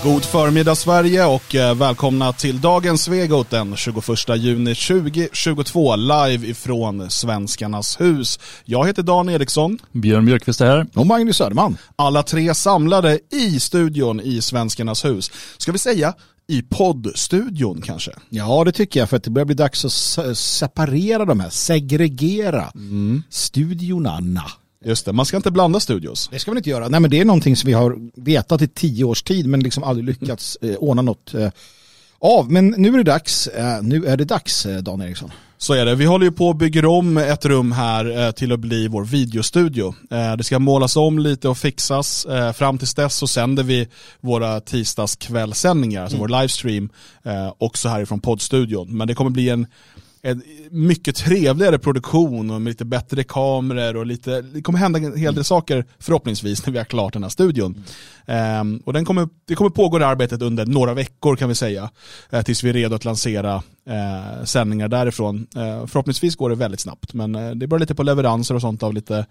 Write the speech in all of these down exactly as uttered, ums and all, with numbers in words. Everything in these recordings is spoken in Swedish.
God förmiddag Sverige och välkomna till dagens Svegot den tjugoförsta juni tjugohundratjugotvå live ifrån Svenskarnas hus. Jag heter Dan Eriksson. Björn Björkqvist är här. Och Magnus Söderman. Alla tre samlade i studion i Svenskarnas hus. Ska vi säga i poddstudion kanske? Ja, det tycker jag, för att det börjar bli dags att separera de här, segregera mm. studiorna. Just det, man ska inte blanda studios. Det ska man inte göra. Nej, men det är någonting som vi har vetat i tio års tid men liksom aldrig lyckats eh, ordna något eh, av. Men nu är det dags. Eh, nu är det dags, eh, Dan Eriksson. Så är det. Vi håller ju på att bygga om ett rum här eh, till att bli vår videostudio. Eh, det ska målas om lite och fixas. Eh, fram tills dess så sänder vi våra tisdagskvällsändningar, alltså mm. vår livestream, eh, också härifrån poddstudion. Men det kommer bli en en mycket trevligare produktion och med lite bättre kameror och lite, det kommer hända en hel del saker förhoppningsvis när vi har klart den här studion. Mm. Um, och den kommer, det kommer pågå det arbetet under några veckor kan vi säga, uh, tills vi är redo att lansera uh, sändningar därifrån. Uh, förhoppningsvis går det väldigt snabbt, men uh, det beror lite på leveranser och sånt av lite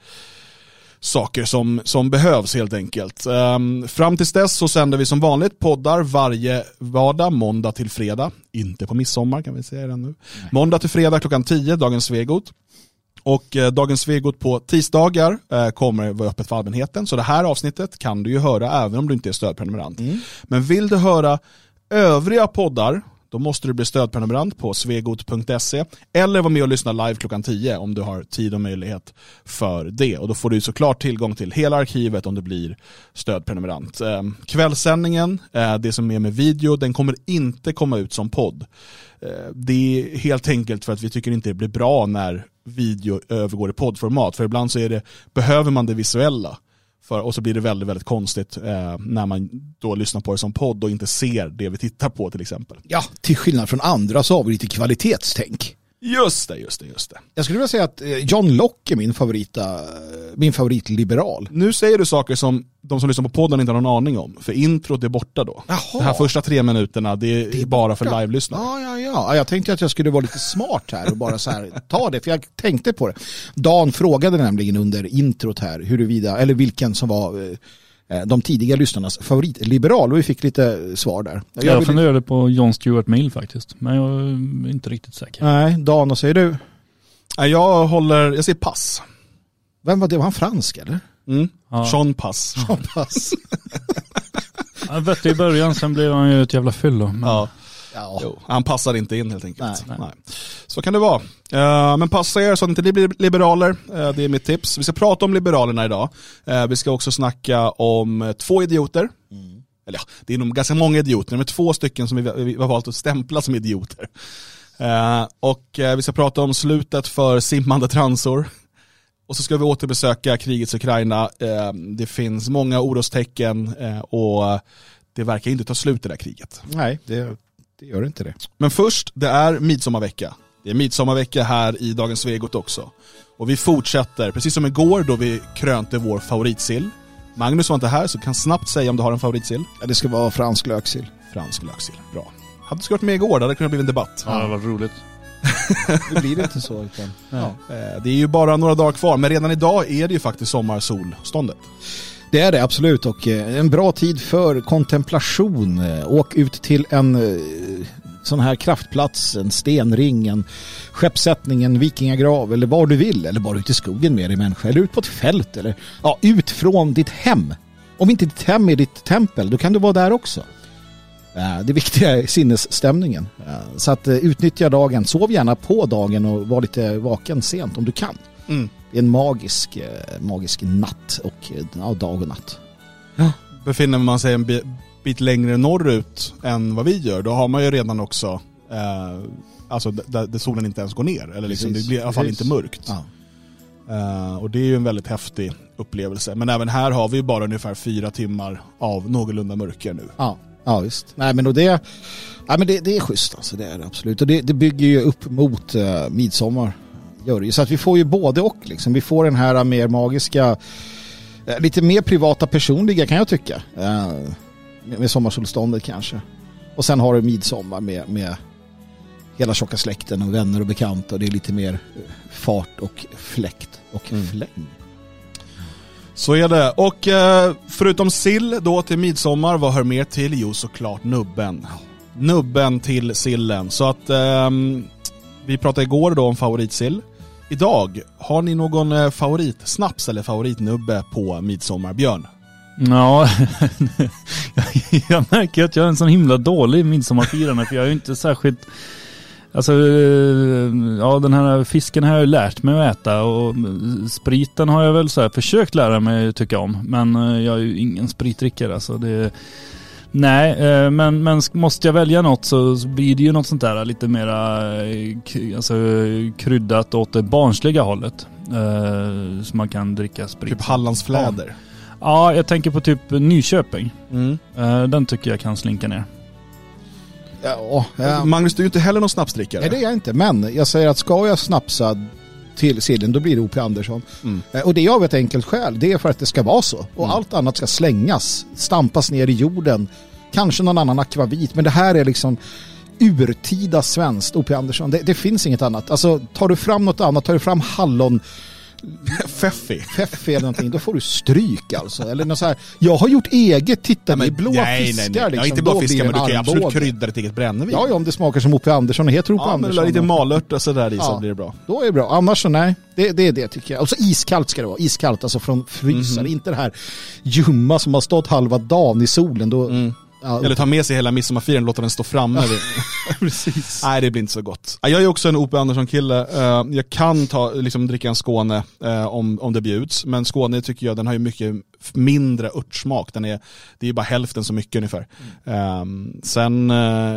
saker som, som behövs helt enkelt. Um, fram tills dess så sänder vi som vanligt poddar varje vardag, måndag till fredag. Inte på midsommar kan vi säga det nu. Nej. Måndag till fredag klockan tio, dagens Svegot. Och eh, dagens Svegot på tisdagar eh, kommer vara öppet för allmänheten. Så det här avsnittet kan du ju höra även om du inte är stödprenumerant. Mm. Men vill du höra övriga poddar, då måste du bli stödprenumerant på svegot punkt se eller vara med och lyssna live klockan tio om du har tid och möjlighet för det. Och då får du såklart tillgång till hela arkivet om du blir stödprenumerant. Eh, kvällssändningen, eh, det som är med video, den kommer inte komma ut som podd. Eh, det är helt enkelt för att vi tycker inte det blir bra när video övergår i poddformat. För ibland så är det, behöver man det visuella. För, och så blir det väldigt, väldigt konstigt eh, när man då lyssnar på det som podd och inte ser det vi tittar på till exempel. Ja, till skillnad från andra så har vi lite kvalitetstänk. Just det, just det, just det. Jag skulle vilja säga att John Locke är min favorita, min favoritliberal. Nu säger du saker som de som lyssnar på podden inte har någon aning om. För introt är borta då. Jaha. De här första tre minuterna, det är, det är bara för live-lyssnare. Ja, ja, ja. Jag tänkte att jag skulle vara lite smart här och bara så här ta det. För jag tänkte på det. Dan frågade nämligen under introt här huruvida, eller vilken som var eh, de tidiga lyssnarnas favoritliberal. Och vi fick lite svar där. Jag, jag funderade vill... på John Stuart Mill faktiskt. Men jag är inte riktigt säker. Nej, Dan, vad säger du? Jag håller, jag säger pass. Vem var det? Var han fransk eller? Mm. Ja. Jean Pass. Jean Pass. Han vet i början, sen blev han ju ett jävla fyllo. Men... Ja. Ja. Jo, han passar inte in helt enkelt. Nej. Nej. Så kan det vara. Uh, men passa er så att inte ni blir liberaler. Uh, det är mitt tips. Vi ska prata om liberalerna idag. Uh, vi ska också snacka om två idioter. Mm. Eller ja, det är nog ganska många idioter, men två stycken som vi, vi har valt att stämpla som idioter. Uh, och uh, vi ska prata om slutet för simmande transor. Och så ska vi återbesöka krigets Ukraina. Det finns många orostecken och det verkar inte ta slut det där kriget. Nej, det, det gör inte det. Men först, det är midsommarvecka. Det är midsommarvecka här i dagens Svegot också. Och vi fortsätter, precis som igår då vi krönte vår favoritsill. Magnus var inte här så kan snabbt säga om du har en favoritsill. Ja, det ska vara fransk löksill. Fransk löksill, bra. Hade du skått med igår, det hade kunnat bli en debatt. Ja, det var roligt. Det blir inte så. Utan, ja. Det är ju bara några dagar kvar, men redan idag är det ju faktiskt sommarsolståndet. Det är det absolut, och en bra tid för kontemplation. Åk ut till en sån här kraftplats, en stenring, en skeppssättning, en vikingagrav eller vad du vill, eller bara ut i skogen med dig människa, eller ut på ett fält, eller ja, ut från ditt hem. Om inte ditt hem är ditt tempel, då kan du vara där också. Det viktiga är sinnesstämningen. Så att utnyttja dagen. Sov gärna på dagen och var lite vaken sent om du kan. Mm. Det är en magisk, magisk natt och ja, dag och natt. Ja. Befinner man sig en bit längre norrut än vad vi gör, då har man ju redan också eh, alltså där, där solen inte ens går ner. Eller liksom, det blir i alla fall inte mörkt. Ja. Uh, och det är ju en väldigt häftig upplevelse. Men även här har vi ju bara ungefär fyra timmar av någorlunda mörker nu. Ja. Ja visst. Nej men, och det, ja, men det, det är schysst alltså, det är det absolut. Och det, det bygger ju upp mot uh, midsommar. Gör det ju. Så att vi får ju både och liksom. Vi får den här mer magiska, uh, lite mer privata personliga kan jag tycka. Uh, med, med sommarsolståndet kanske. Och sen har du midsommar med, med hela tjocka släkten och vänner och bekanta. Och det är lite mer uh, fart och fläkt och mm. fläng. Så är det. Och eh, förutom sill då till midsommar, vad hör mer till? Jo, såklart nubben. Nubben till sillen. Så att eh, vi pratade igår då om favoritsill. Idag, har ni någon eh, favoritsnaps eller favoritnubbe på midsommar, Björn? Ja, jag märker att jag är en sån himla dålig midsommarfirande, för jag är ju inte särskilt... Alltså, ja, den här fisken har jag lärt mig att äta, och spriten har jag väl så här försökt lära mig tycka om, men jag är ju ingen spritdrickare, alltså det... Nej, men, men måste jag välja något så blir det ju något sånt där lite mera alltså, kryddat åt det barnsliga hållet, så man kan dricka sprit. Typ Hallandsfläder. Ja. Ja, jag tänker på typ Nyköping. Mm. Den tycker jag kan slinka ner. Ja, ja. Magnus, du är ju inte heller någon snapsdrickare. Nej, det är jag inte. Men jag säger att ska jag snapsa till sillen, då blir det O P Andersson. Mm. Och det är av ett enkelt skäl. Det är för att det ska vara så. Och mm. allt annat ska slängas, stampas ner i jorden. Kanske någon annan akvavit. Men det här är liksom urtida svenskt O P Andersson. Det, det finns inget annat. Alltså, tar du fram något annat, tar du fram hallon... Feffi. Feffi eller någonting, då får du stryk alltså. Eller något så här, jag har gjort eget, titta med blåa nej, fiskar. Nej, nej, liksom. Ja, inte blåa fiskar, men du kan ju absolut krydda ett eget brännvin. Ja, ja, om det smakar som O P Andersson och heter O P ja, Andersson. Ja, men lite malört och sådär i ja, så blir det bra. Då är det bra, annars så nej. Det, det är det tycker jag. Och så iskallt ska det vara, iskallt alltså från frysar. Mm-hmm. Inte det här ljumma som har stått halva dagen i solen. Då... Mm. Ja, eller ta med sig hela midsommarfiren och låta den stå framme. Precis. Nej, det blir inte så gott. Jag är också en O P Andersson-kille. Jag kan ta, liksom, dricka en Skåne om, om det bjuds. Men Skåne tycker jag, den har ju mycket mindre örtsmak. Den är, det är bara hälften så mycket ungefär. Mm. Sen uh,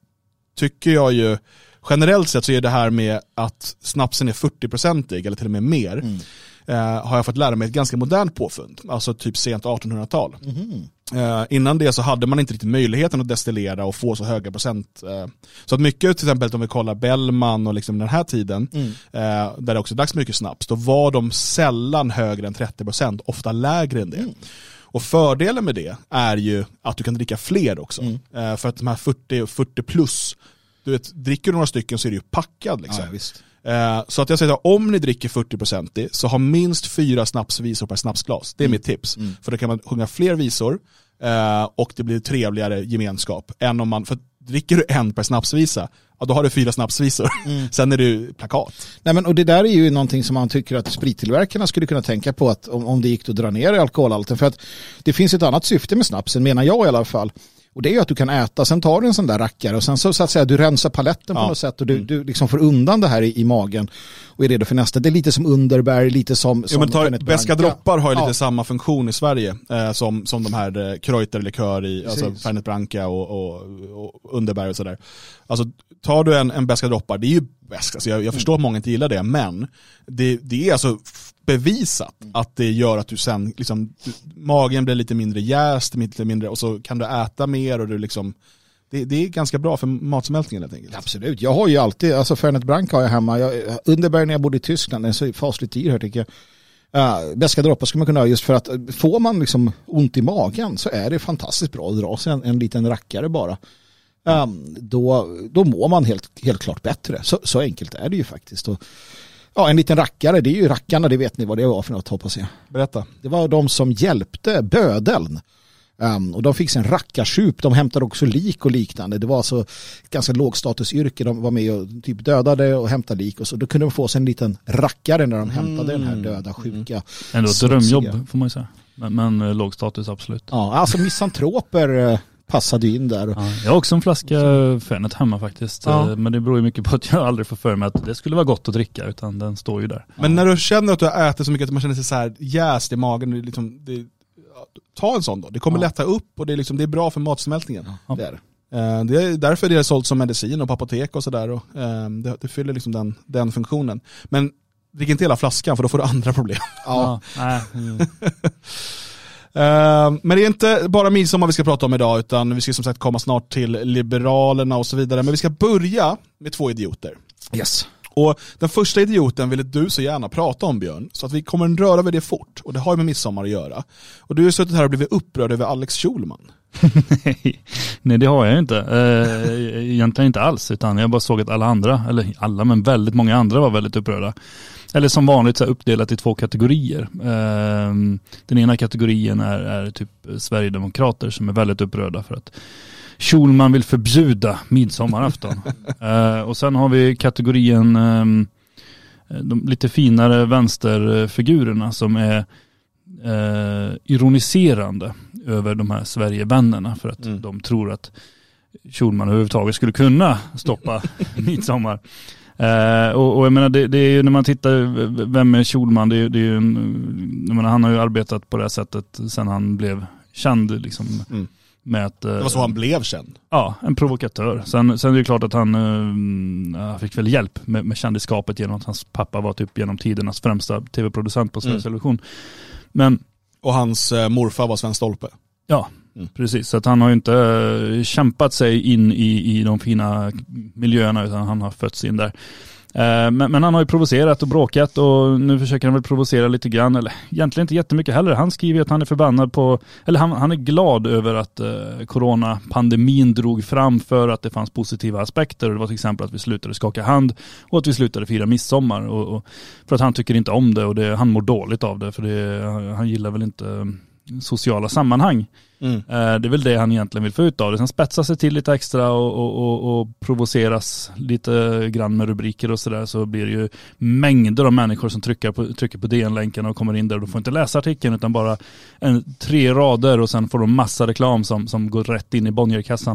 tycker jag ju, generellt sett så är det här med att snapsen är fyrtio-procentig eller till och med mer. Mm. Uh, har jag fått lära mig ett ganska modernt påfund. Alltså typ sent artonhundratal. Mm. Uh, innan det så hade man inte riktigt möjligheten att destillera och få så höga procent. Uh, så att mycket, till exempel om vi kollar Bellman och liksom den här tiden, mm. uh, där det också dags mycket snaps, då var de sällan högre än trettio procent, ofta lägre än det. Mm. Och fördelen med det är ju att du kan dricka fler också. Mm. Uh, för att de här fyrtio, fyrtio plus, du vet, dricker du några stycken så är det ju packad liksom. Ja, visst. Uh, så att jag säger att om ni dricker fyrtio procent så har minst fyra snapsvisor per snapsglas. Det är mm. mitt tips. Mm. För då kan man sjunga fler visor uh, och det blir trevligare gemenskap än om man, för dricker du en per snapsvisa, ja, då har du fyra snapsvisor. Mm. Sen är det plakat. Nej, men, och det där är ju någonting som man tycker att sprittillverkarna skulle kunna tänka på, att om, om det gick att dra ner i alkoholhalten. För att det finns ett annat syfte med snapsen, menar jag i alla fall. Och det är ju att du kan äta, sen tar du en sån där rackare och sen så, så att säga, du rensar paletten ja. på något sätt och du, mm. du liksom får undan det här i, i magen och är redo för nästa. Det är lite som underbär, lite som... som jo, men tar, Beska droppar har ju ja. lite samma funktion i Sverige eh, som, som de här eh, Kreuter eller Likör i, precis. Alltså Fernet Branca och, och, och underbär och sådär. Alltså tar du en, en Beska droppar, det är ju bäst, alltså, jag, jag mm. förstår att många inte gillar det, men det, det är alltså bevisat mm. att det gör att du sen liksom, du, magen blir lite mindre jäst, lite mindre, och så kan du äta mer och du liksom, det, det är ganska bra för matsmältningen helt enkelt. Absolut, jag har ju alltid, alltså Fernet Branca har jag hemma, jag, underbär när jag bodde i Tyskland, det är så fasligt dyr här tycker jag. Uh, Beska droppar ska man kunna ha just för att får man liksom ont i magen så är det fantastiskt bra att dra sig en, en liten rackare bara. Um, då, då mår man helt, helt klart bättre. Så, så enkelt är det ju faktiskt. Och, ja, en liten rackare, det är ju rackarna, det vet ni vad det var för något, hoppas jag. Berätta. Det var de som hjälpte bödeln. Um, och de fick en rackarsup, de hämtade också lik och liknande. Det var alltså ett ganska lågstatusyrke, de var med och typ dödade och hämtade lik och så. Då kunde de få sig en liten rackare när de hämtade mm. den här döda, sjuka. Mm. Ändå ett drömjobb får man ju säga. Men, men lågstatus absolut. Ja, alltså misantroper passade in där. Ja, jag har också en flaska Fernet hemma faktiskt. Ja. Men det beror ju mycket på att jag aldrig får för mig att det skulle vara gott att dricka, utan den står ju där. Men när du känner att du har ätit så mycket att man känner sig så här jäst i magen, det liksom, det, ta en sån då. Det kommer ja. lätta upp och det är, liksom, det är bra för matsmältningen. Ja. Det, är. Uh, det är därför det är sålt som medicin och på apotek och sådär. Uh, det, det fyller liksom den, den funktionen. Men drick inte hela flaskan för då får du andra problem. Ja. Ja. Mm. Uh, men det är inte bara midsommar vi ska prata om idag, utan vi ska som sagt komma snart till Liberalerna och så vidare. Men vi ska börja med två idioter. Yes. Och den första idioten ville du så gärna prata om, Björn, så att vi kommer röra över det fort. Och det har ju med midsommar att göra. Och du har suttit här och blivit upprörd över Alex Schulman. Nej, nej, det har jag inte. Eh, egentligen inte alls, utan jag bara såg att alla andra, eller alla men väldigt många andra var väldigt upprörda. eller som vanligt så här uppdelat i två kategorier. Eh, den ena kategorin är, är typ Sverigedemokrater som är väldigt upprörda för att Schulman vill förbjuda midsommarafton. eh, och sen har vi kategorin eh, de lite finare vänsterfigurerna som är eh, ironiserande över de här Sverigevännerna för att mm. de tror att Schulman överhuvudtaget skulle kunna stoppa midsommar. Eh, och, och jag menar, det, det är ju när man tittar, vem är Schulman? Det är, det är ju en, jag menar, han har ju arbetat på det här sättet sedan han blev känd liksom. Mm. Med att, det var så han blev känd. Ja, en provokatör. Sen, sen är det klart att han uh, fick väl hjälp med, med kändisskapet genom att hans pappa var typ genom tidernas främsta tv-producent på Sveriges Television. Mm. Men, och hans uh, morfar var Sven Stolpe. Ja, mm. precis. Så att han har ju inte uh, kämpat sig in i, i de fina miljöerna utan han har fötts in där. Men, men han har ju provocerat och bråkat och nu försöker han väl provocera lite grann, eller egentligen inte jättemycket heller. Han skriver att han är förbannad på, eller han, han är glad över att eh, coronapandemin drog fram för att det fanns positiva aspekter. Det var till exempel att vi slutade skaka hand och att vi slutade fira midsommar och, och för att han tycker inte om det och det, han mår dåligt av det för det, han gillar väl inte sociala sammanhang. Mm. Det är väl det han egentligen vill få ut av det. Sen spetsar sig till lite extra och, och, och, och provoceras lite grann med rubriker och sådär, så blir det ju mängder av människor som trycker på, trycker på D N-länken och kommer in där och de får inte läsa artikeln utan bara en, tre rader och sen får de massa reklam som, som går rätt in i Bonnierkassan.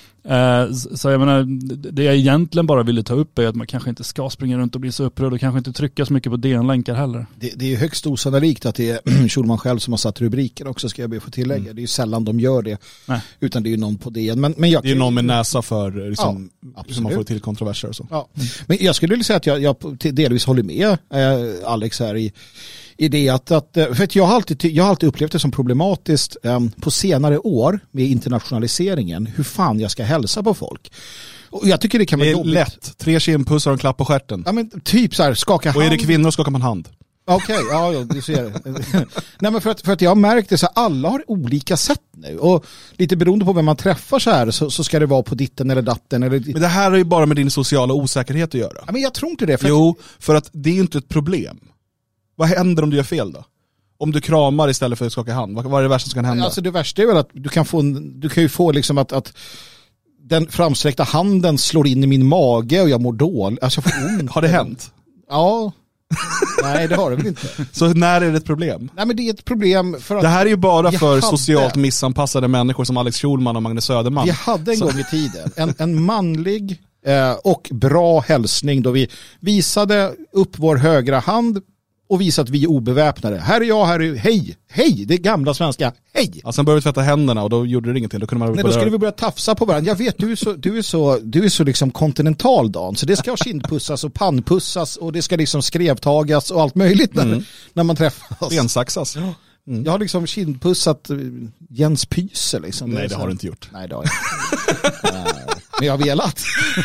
Uh, så jag menar, det jag egentligen bara ville ta upp är att man kanske inte ska springa runt och bli så upprörd och kanske inte trycka så mycket på D N-länkar heller. Det, det är ju högst osannolikt att det är Schulman själv som har satt rubriker också, ska jag be få tillägga. Mm. Det är ju sällan de gör det. Nej. Utan det är ju någon på D N. Men, men jag, det är ju någon med näsa för liksom, ja, som man får till kontroverser och så. Ja. Men jag skulle vilja säga att jag, jag delvis håller med eh, Alex här i i det att, att för att jag har alltid, jag har alltid upplevt det som problematiskt um, på senare år med internationaliseringen, hur fan jag ska hälsa på folk. Och jag tycker det kan vara jobbigt. Lätt, tre kindpussar och en klapp på stjärten. Ja men typ så här, skaka hand. Och är det kvinnor skakar man hand. Okej, okay, ja, ja, du ser det. Nej men för att, för att jag har märkt det så här, alla har olika sätt nu och lite beroende på vem man träffar så här så, så ska det vara på ditten eller datten eller... Men det här är ju bara med din sociala osäkerhet att göra. Ja, men jag tror inte det. För jo, att... för att det är ju inte ett problem. Vad händer om du gör fel då? Om du kramar istället för att skaka hand, vad, vad är det värsta som kan hända? Alltså det värsta är väl att du kan få, en, du kan ju få liksom att, att den framsträckta handen slår in i min mage och jag mår dåligt. Alltså jag får ont. Har det hänt? Ja. Nej, det har det väl inte. Så när är det ett problem? Nej, men det är ett problem för att... Det här är ju bara för hade... socialt missanpassade människor som Alex Schulman och Magnus Söderman. Vi hade en Så... gång i tiden en, en manlig eh, och bra hälsning då vi visade upp vår högra hand och visa att vi är obeväpnade. Här är jag, här är hej, hej, det är gamla svenska, hej. Ja, sen började vi tvätta händerna och då gjorde det ingenting. Då kunde man Nej, då skulle vi börja tafsa på varandra. Jag vet, du är så, du är så, du är så liksom kontinental, Dan. Så det ska kindpussas och pannpussas och det ska liksom skrevtagas och allt möjligt när, mm. när man träffas. Bensaxas. Ja. Mm. Jag har liksom kindpussat Jens Pyse liksom. Nej, det har du inte gjort. Nej, det har jag inte. Men jag har velat.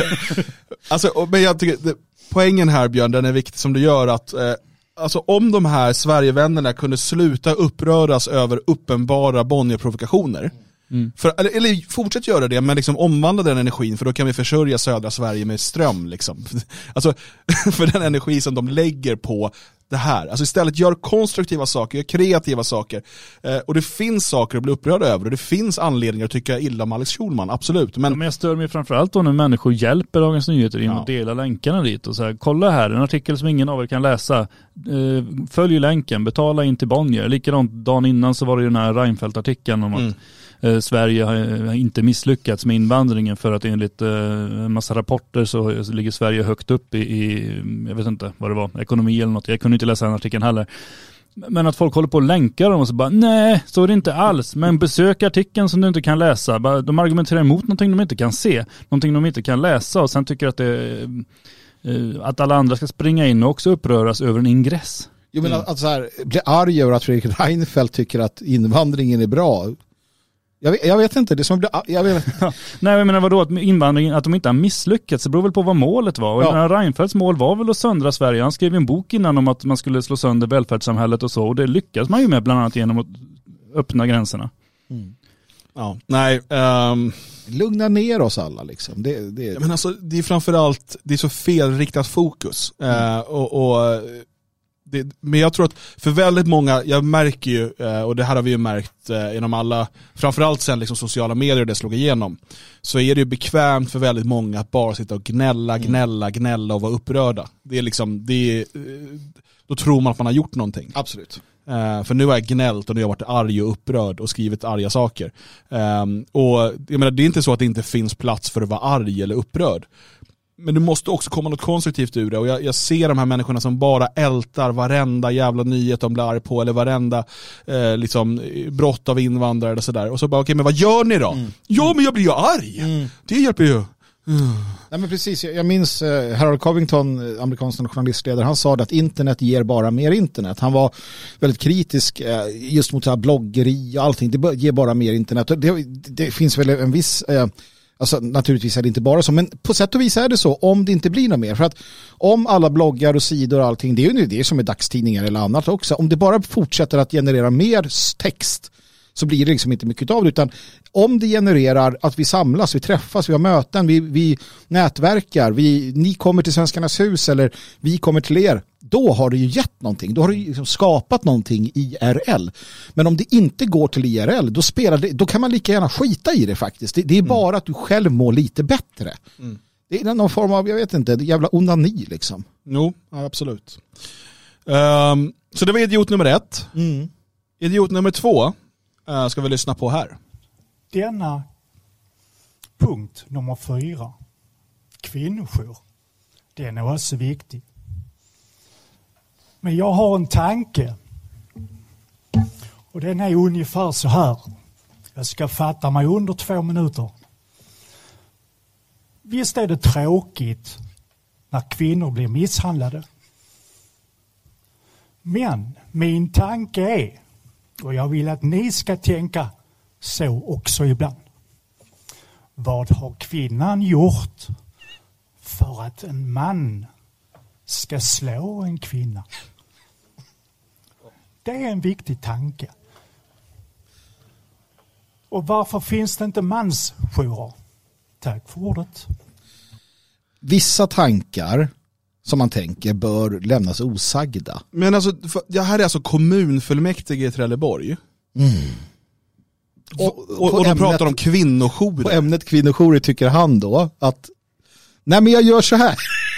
Alltså, men jag tycker, det, poängen här, Björn, den är viktig som du gör att eh, alltså om de här Sverigevännerna kunde sluta uppröras över uppenbara Bonnierprovokationer, mm. för, eller, eller fortsätt göra det, men liksom omvandla den energin, för då kan vi försörja södra Sverige med ström liksom. Alltså för den energi som de lägger på det här. Alltså istället gör konstruktiva saker, gör kreativa saker. Eh, och det finns saker att bli upprörda över och det finns anledningar att tycka illa om Alex Schulman, absolut. Men, ja, men jag stör mig framförallt då när människor hjälper Dagens Nyheter in ja. och delar länkarna dit och så här, kolla här, en artikel som ingen av er kan läsa. Eh, följ länken, betala in till Bonnier. Likadant dagen innan så var det ju den här Reinfeldt-artikeln om mm. att eh, Sverige har inte misslyckats med invandringen för att enligt eh, en massa rapporter så, så ligger Sverige högt upp i, i, jag vet inte vad det var, ekonomi eller något. Jag kunde inte läsa den artikeln heller. Men att folk håller på och länkar dem och så bara, nej, så är det inte alls. Men besök artikeln som du inte kan läsa. De argumenterar emot någonting de inte kan se. Någonting de inte kan läsa och sen tycker att, det, att alla andra ska springa in och också uppröras över en ingress. Jo, men mm. att så här, bli arg över att Fredrik Reinfeldt tycker att invandringen är bra. Jag vet, jag vet inte, det som blir, jag vet. Nej, jag menar vadå, att invandringen, att de inte har misslyckats, det beror väl på vad målet var. Och ja. menar, Reinfeldts mål var väl att söndra Sverige. Han skrev en bok innan om att man skulle slå sönder välfärdssamhället och så, och det lyckas man ju med bland annat genom att öppna gränserna. Mm. Ja, nej. Um... Lugna ner oss alla liksom. Det, det... Ja, men alltså, det är framförallt, det är så felriktat fokus. Mm. Uh, och, och det, men jag tror att för väldigt många, jag märker ju, och det här har vi ju märkt inom alla, framförallt sen liksom sociala medier och det slog igenom, så är det ju bekvämt för väldigt många att bara sitta och gnälla, gnälla, gnälla och vara upprörda. Det är liksom, det är, då tror man att man har gjort någonting. Absolut. Uh, för nu har jag gnällt och nu har jag varit arg och upprörd och skrivit arga saker. Um, och jag menar, det är inte så att det inte finns plats för att vara arg eller upprörd. Men det måste också komma något konstruktivt ur det. Och jag, jag ser de här människorna som bara ältar varenda jävla nyhet de blir arg på, eller varenda eh, liksom, brott av invandrare eller sådär. Och så bara, okej, okay, men vad gör ni då? Mm. Ja, men jag blir ju arg. Mm. Det hjälper ju. Mm. Nej, men precis, jag minns eh, Harold Covington, amerikansk journalistledare, han sa att internet ger bara mer internet. Han var väldigt kritisk eh, just mot så här bloggeri och allting. Det ger bara mer internet. Det, det finns väl en viss... Eh, Alltså, naturligtvis är det inte bara så, men på sätt och vis är det så om det inte blir något mer. För att om alla bloggar och sidor och allting, det är ju det som är dagstidningar eller annat också. Om det bara fortsätter att generera mer text så blir det liksom inte mycket av det. Utan om det genererar att vi samlas, vi träffas, vi har möten, vi, vi nätverkar, vi, ni kommer till Svenskarnas hus eller vi kommer till er, då har det ju gett någonting. Då har det ju liksom skapat någonting I R L. Men om det inte går till I R L, då, spelar det, då kan man lika gärna skita i det faktiskt. Det, det är mm. bara att du själv mår lite bättre. Mm. Det är någon form av, jag vet inte, det jävla onani liksom. Jo, ja, absolut. Um, så det var idiot nummer ett. Mm. Idiot nummer två uh, ska vi lyssna på här. Denna punkt nummer fyra, kvinnojour, den är också viktig. Men jag har en tanke och den är ungefär så här. Jag ska fatta mig under två minuter. Visst är det tråkigt när kvinnor blir misshandlade. Men min tanke är, och jag vill att ni ska tänka så också ibland. Vad har kvinnan gjort för att en man ska slå en kvinna? Det är en viktig tanke. Och varför finns det inte mansjourer? Tack för ordet. Vissa tankar som man tänker bör lämnas osagda. Men alltså, det här är alltså kommunfullmäktige i Trelleborg. Mm. Och, och, och de ämnet, pratar om kvinnojourer. På ämnet kvinnojourer tycker han då att nej, men jag gör så här.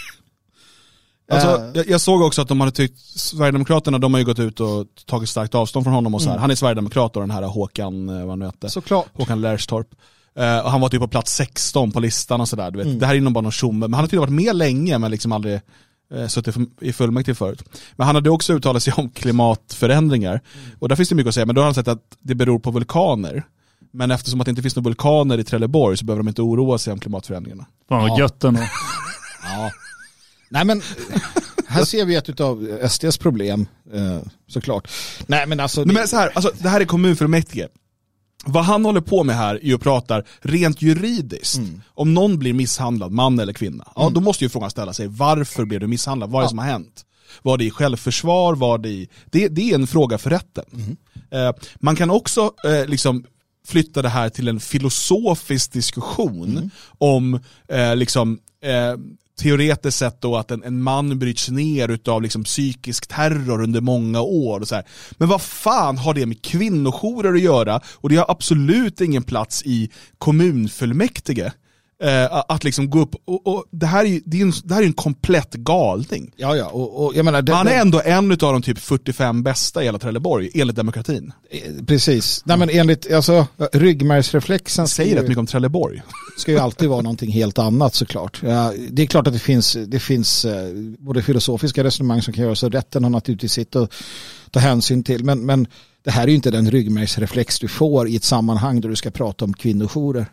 Alltså, jag, jag såg också att de hade tyckt, Sverigedemokraterna, de har ju gått ut och tagit starkt avstånd från honom och så här. Mm. Han är Sverigedemokrat och den här Håkan, vad han heter. Såklart. Håkan Lärstorp. Uh, och han var typ på plats sexton på listan och sådär. Mm. Det här är nog bara någon tjomme. Men han har typ varit med länge men liksom aldrig uh, suttit i fullmäktige förut. Men han hade också uttalat sig om klimatförändringar. Mm. Och där finns det mycket att säga. Men då har han sagt att det beror på vulkaner. Men eftersom att det inte finns några vulkaner i Trelleborg så behöver de inte oroa sig om klimatförändringarna. Fan vad gött ändå. Ja. Nej, men här ser vi ett av S D:s problem, eh, såklart. Nej, men alltså... Nej, men så här, alltså, det här är kommunfullmäktige. Vad han håller på med här är att prata rent juridiskt. Mm. Om någon blir misshandlad, man eller kvinna, ja, mm. då måste ju frågan ställa sig, varför blev du misshandlad? Vad är det ja. som har hänt? Var det i självförsvar? Var det i... Det, det är en fråga för rätten. Mm. Eh, man kan också eh, liksom flytta det här till en filosofisk diskussion mm. om eh, liksom... Eh, teoretiskt sett då att en, en man bryts ner utav liksom psykisk terror under många år och så här. Men vad fan har det med kvinnojourer att göra? Och det har absolut ingen plats i kommunfullmäktige. Eh, att liksom gå upp och, och det här är ju det är en, det här är en komplett galning. Ja ja, och, och jag menar det, han är ändå en av de typ fyrtiofem bästa i hela Trelleborg enligt demokratin. Precis. Nej, men enligt alltså ryggmärgsreflexen säger rätt mycket om Trelleborg. Ska ju alltid vara någonting helt annat såklart. Ja, det är klart att det finns det finns eh, både filosofiska resonemang som kan göras och rätten har naturligtvis sitt att ta hänsyn till, men men det här är ju inte den ryggmärgsreflex du får i ett sammanhang där du ska prata om kvinnojourer.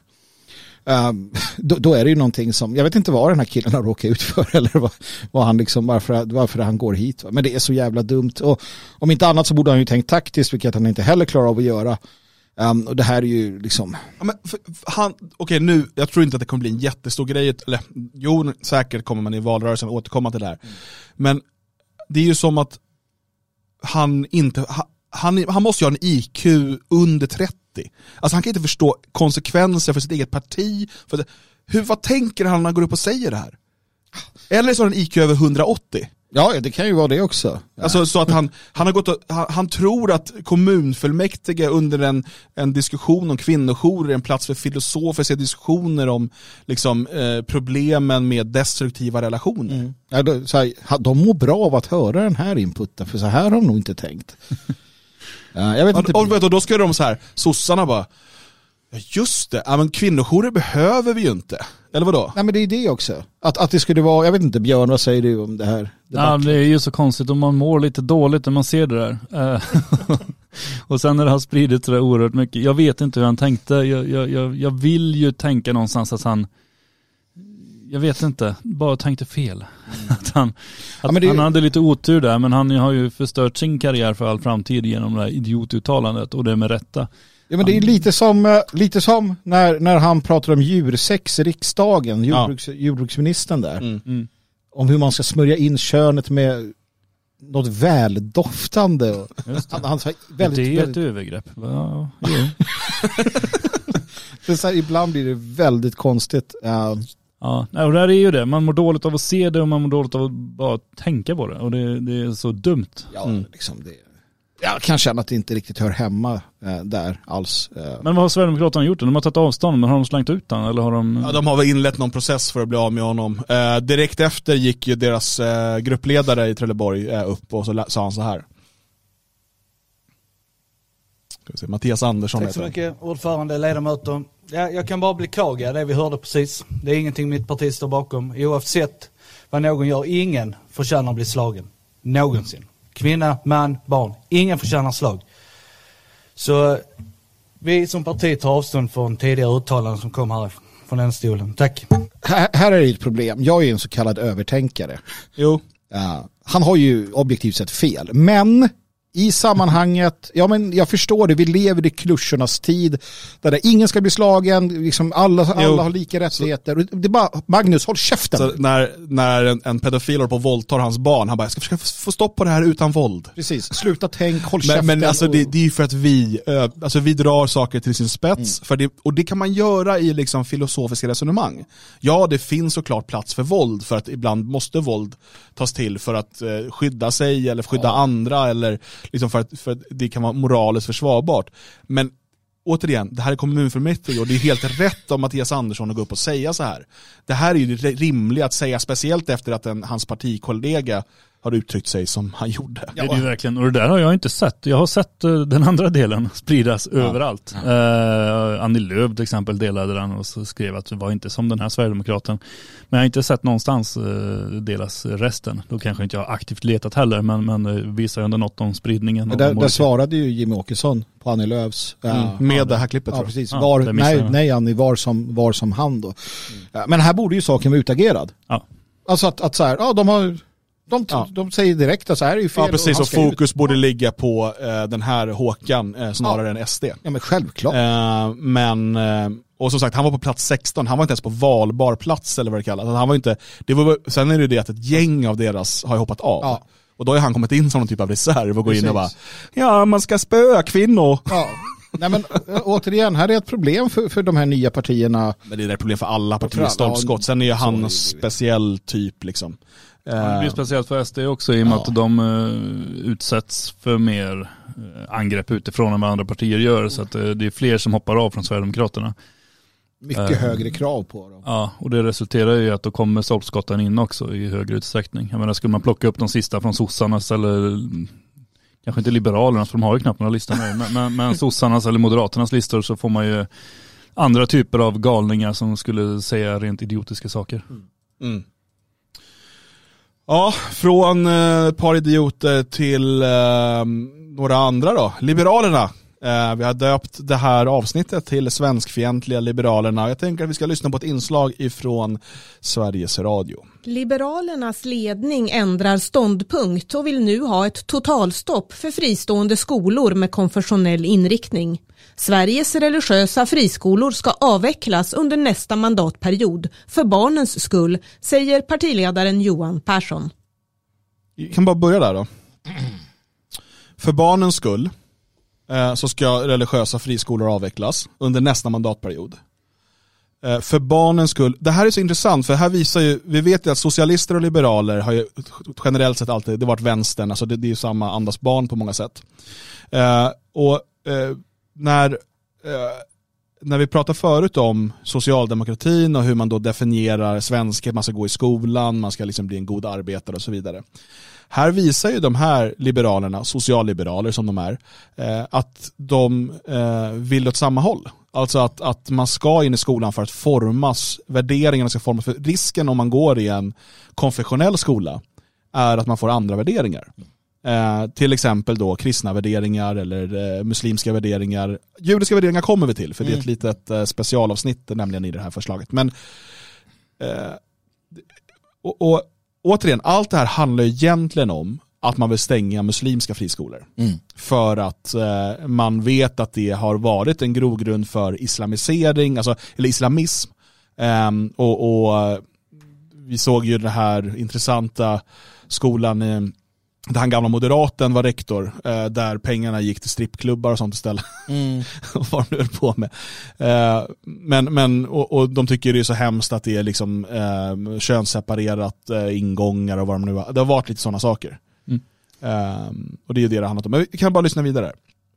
Um, då, då är det ju någonting som, jag vet inte vad den här killen har råkat ut för eller vad, vad han liksom, varför, varför han går hit. Men det är så jävla dumt. Och om inte annat så borde han ju tänkt taktiskt, vilket han inte heller klarar av att göra. Um, och det här är ju liksom... Ja, men för, för han, okej okay, nu, jag tror inte att det kommer bli en jättestor grej, eller jo, säkert kommer man i valrörelsen återkomma till det här. Mm. Men det är ju som att han inte, han, han, han måste ju ha en I Q under trettio. Alltså han kan inte förstå konsekvenser för sitt eget parti. För det, hur, vad tänker han när han går upp och säger det här? Eller så har han I Q över hundraåttio. Ja, det kan ju vara det också. Ja. Alltså så att han, han har gått och, han, han tror att kommunfullmäktige under en, en diskussion om kvinnojourer är en plats för filosofiska diskussioner om liksom, eh, problemen med destruktiva relationer. Mm. Ja, då, så här, de mår bra av att höra den här inputen, för så här har de nog inte tänkt. Ja, jag vet inte. Och, och, och då ska de så här, sossarna bara, ja just det, ja, men kvinnojourer behöver vi ju inte. Eller vadå? Nej, men det är det också. Att, att det skulle vara, jag vet inte, Björn, vad säger du om det här? Ja, det är ju så konstigt om man mår lite dåligt när man ser det där. Och sen när det har spridit så där oerhört mycket. Jag vet inte hur han tänkte. Jag, jag, jag, jag vill ju tänka någonstans att han, jag vet inte, bara tänkte fel. Mm. Att han, att ja, det... han hade lite otur där, men han har ju förstört sin karriär för all framtid genom det här idiotuttalandet, och det med rätta. Ja, men det är lite som, lite som när, när han pratar om djursex i riksdagen, jordbruks, ja. jordbruksministern där. Mm. Mm. Om hur man ska smörja in könet med något väldoftande. Han, han väldigt, det är väldigt... ett övergrepp. Ja, det så här, ibland blir det väldigt konstigt. Uh... Ja, och där är ju det. Man mår dåligt av att se det och man mår dåligt av att bara tänka på det. Och det, det är så dumt. Ja, mm. liksom det. Jag kan känna att det inte riktigt hör hemma eh, där alls. Eh. Men vad har Sverigedemokraterna gjort? De har tagit avstånd, men har de slängt ut den? Eller har de... Ja, de har väl inlett någon process för att bli av med honom. Eh, direkt efter gick ju deras eh, gruppledare i Trelleborg eh, upp och så sa han så här. Ska vi se, Mattias Andersson. Tack så mycket, ordförande, ledamöter. Ja, jag kan bara beklaga det vi hörde precis. Det är ingenting mitt parti står bakom. Oavsett vad någon gör, ingen förtjänar att bli slagen. Någonsin. Kvinna, man, barn. Ingen förtjänar slag. Så vi som parti tar avstånd från tidigare uttalanden som kom här från den stolen. Tack. Här, här är det ett problem. Jag är en så kallad övertänkare. Jo. Uh, han har ju objektivt sett fel. Men i sammanhanget, ja men jag förstår det, vi lever i klyschornas tid där det, ingen ska bli slagen, liksom alla, alla har lika rättigheter. Så, det är bara, Magnus, håll käften. Så när, när en, en pedofil håller på och våldtar hans barn, han bara, jag ska försöka få stopp på det här utan våld. Precis, sluta tänk, håll men, käften. Men alltså och... det, det är ju för att vi, alltså vi drar saker till sin spets, mm. för det, och det kan man göra i liksom filosofiska resonemang. Ja, det finns såklart plats för våld, för att ibland måste våld tas till för att eh, skydda sig eller skydda ja. andra, eller liksom för att, för att det kan vara moraliskt försvarbart. Men återigen, det här är kommunfullmäktige och det är helt rätt om Mattias Andersson att gå upp och säga så här. Det här är ju rimligt att säga, speciellt efter att en, hans partikollega har uttryckt sig som han gjorde. Ja, det är ju verkligen, och det där har jag inte sett. Jag har sett uh, den andra delen spridas ja. överallt. Ja. Uh, Annie Lööf till exempel delade den och så skrev att det var inte som den här Sverigedemokraten. Men jag har inte sett någonstans uh, delas resten. Då kanske inte jag har aktivt letat heller, men, men uh, visar ju ändå något om spridningen. Och där, där svarade ju Jimmy Åkesson på Annie Lööfs. Mm. Uh, med ja, det här klippet. Ja, precis. Var, ja, nej, nej, Annie var som, var som han då. Mm. Uh, men här borde ju saken vara utagerad. Ja. Alltså att, att så här, ja de har... De, ja. de säger direkt att så här är ju fel. Ja, precis, och, och fokus ut. borde ligga på eh, den här Håkan eh, snarare ja. än S D. Ja, men självklart. Eh, men, eh, och som sagt, han var på plats sexton, han var inte ens på valbar plats eller vad det kallas. Han var inte, det var, sen är det ju det att ett gäng av deras har hoppat av. Ja. Och då har han kommit in som någon typ av reserv och går in och bara, ja, man ska spöa kvinnor. Ja. Nej, men återigen, här är ett problem för, för de här nya partierna. Men det är ett problem för alla partier, stolpskott. Sen är ju han en speciell typ liksom. Det blir speciellt för S D också i och med ja. att de uh, utsätts för mer uh, angrepp utifrån än vad andra partier gör, så att uh, det är fler som hoppar av från Sverigedemokraterna. Mycket uh, högre krav på dem. Ja, och det resulterar ju i att då kommer stolpskotten in också i högre utsträckning. Jag menar, skulle man plocka upp de sista från sossarnas eller kanske inte liberalernas, för de har ju knappt några listor nu, men, men, men sossarnas eller moderaternas listor, så får man ju andra typer av galningar som skulle säga rent idiotiska saker. Mm. Mm. Ja, från ett eh, par idioter till eh, några andra då. Liberalerna. Eh, vi har döpt det här avsnittet till svenskfientliga liberalerna. Jag tänker att vi ska lyssna på ett inslag ifrån Sveriges Radio. Liberalernas ledning ändrar ståndpunkt och vill nu ha ett totalstopp för fristående skolor med konfessionell inriktning. Sveriges religiösa friskolor ska avvecklas under nästa mandatperiod för barnens skull, säger partiledaren Johan Persson. Jag kan bara börja där då. För barnens skull eh, så ska religiösa friskolor avvecklas under nästa mandatperiod. eh, för barnens skull. Det här är så intressant, för här visar ju, vi vet ju att socialister och liberaler har ju generellt sett alltid, det har varit vänstern, alltså det, det är ju samma andas barn på många sätt. Eh, och eh, när eh, när vi pratar förut om socialdemokratin och hur man då definierar svenskhet, man ska gå i skolan, man ska liksom bli en god arbetare och så vidare. Här visar ju de här liberalerna, socialliberaler som de är, eh, att de eh, vill åt samma håll. Alltså att, att man ska in i skolan för att formas, värderingarna ska formas. För risken om man går i en konfessionell skola är att man får andra värderingar. Eh, till exempel då kristna värderingar eller eh, muslimska värderingar. Judiska värderingar kommer vi till, för mm. det är ett litet eh, specialavsnitt nämligen i det här förslaget. Men eh, och, och återigen, allt det här handlar egentligen om att man vill stänga muslimska friskolor. Mm. För att eh, man vet att det har varit en grogrund för islamisering, alltså, eller islamism. Eh, och, och vi såg ju den här intressanta skolan i där han gamla moderaten var rektor, eh, där pengarna gick till strippklubbar och sånt istället. Mm. Vad de nu höll på med. Eh, men, men, och, och de tycker det är så hemskt att det är liksom eh, könsseparerat eh, ingångar och vad de nu har. Det har varit lite sådana saker. Mm. Eh, och det är ju det det handlar om. Men vi kan bara lyssna vidare.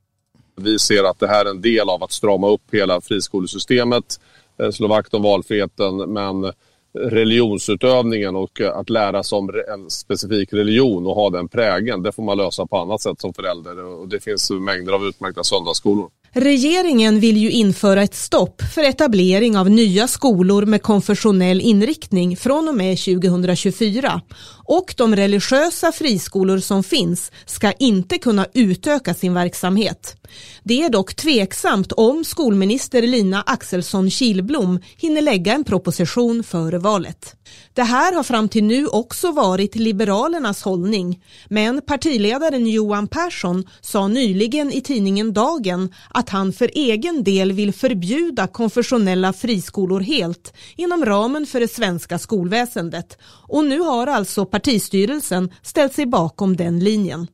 Vi ser att det här är en del av att strama upp hela friskolesystemet, eh, slå vakt om valfriheten, men religionsutövningen och att lära sig om en specifik religion och ha den prägen, det får man lösa på annat sätt som förälder, och det finns mängder av utmärkta söndagsskolor. Regeringen vill ju införa ett stopp för etablering av nya skolor med konfessionell inriktning från och med tjugohundratjugofyra, och de religiösa friskolor som finns ska inte kunna utöka sin verksamhet. Det är dock tveksamt om skolminister Lina Axelsson Kihlblom hinner lägga en proposition före valet. Det här har fram till nu också varit Liberalernas hållning, men partiledaren Johan Persson sa nyligen i tidningen Dagen att han för egen del vill förbjuda konfessionella friskolor helt inom ramen för det svenska skolväsendet. Och nu har alltså partistyrelsen ställt sig bakom den linjen.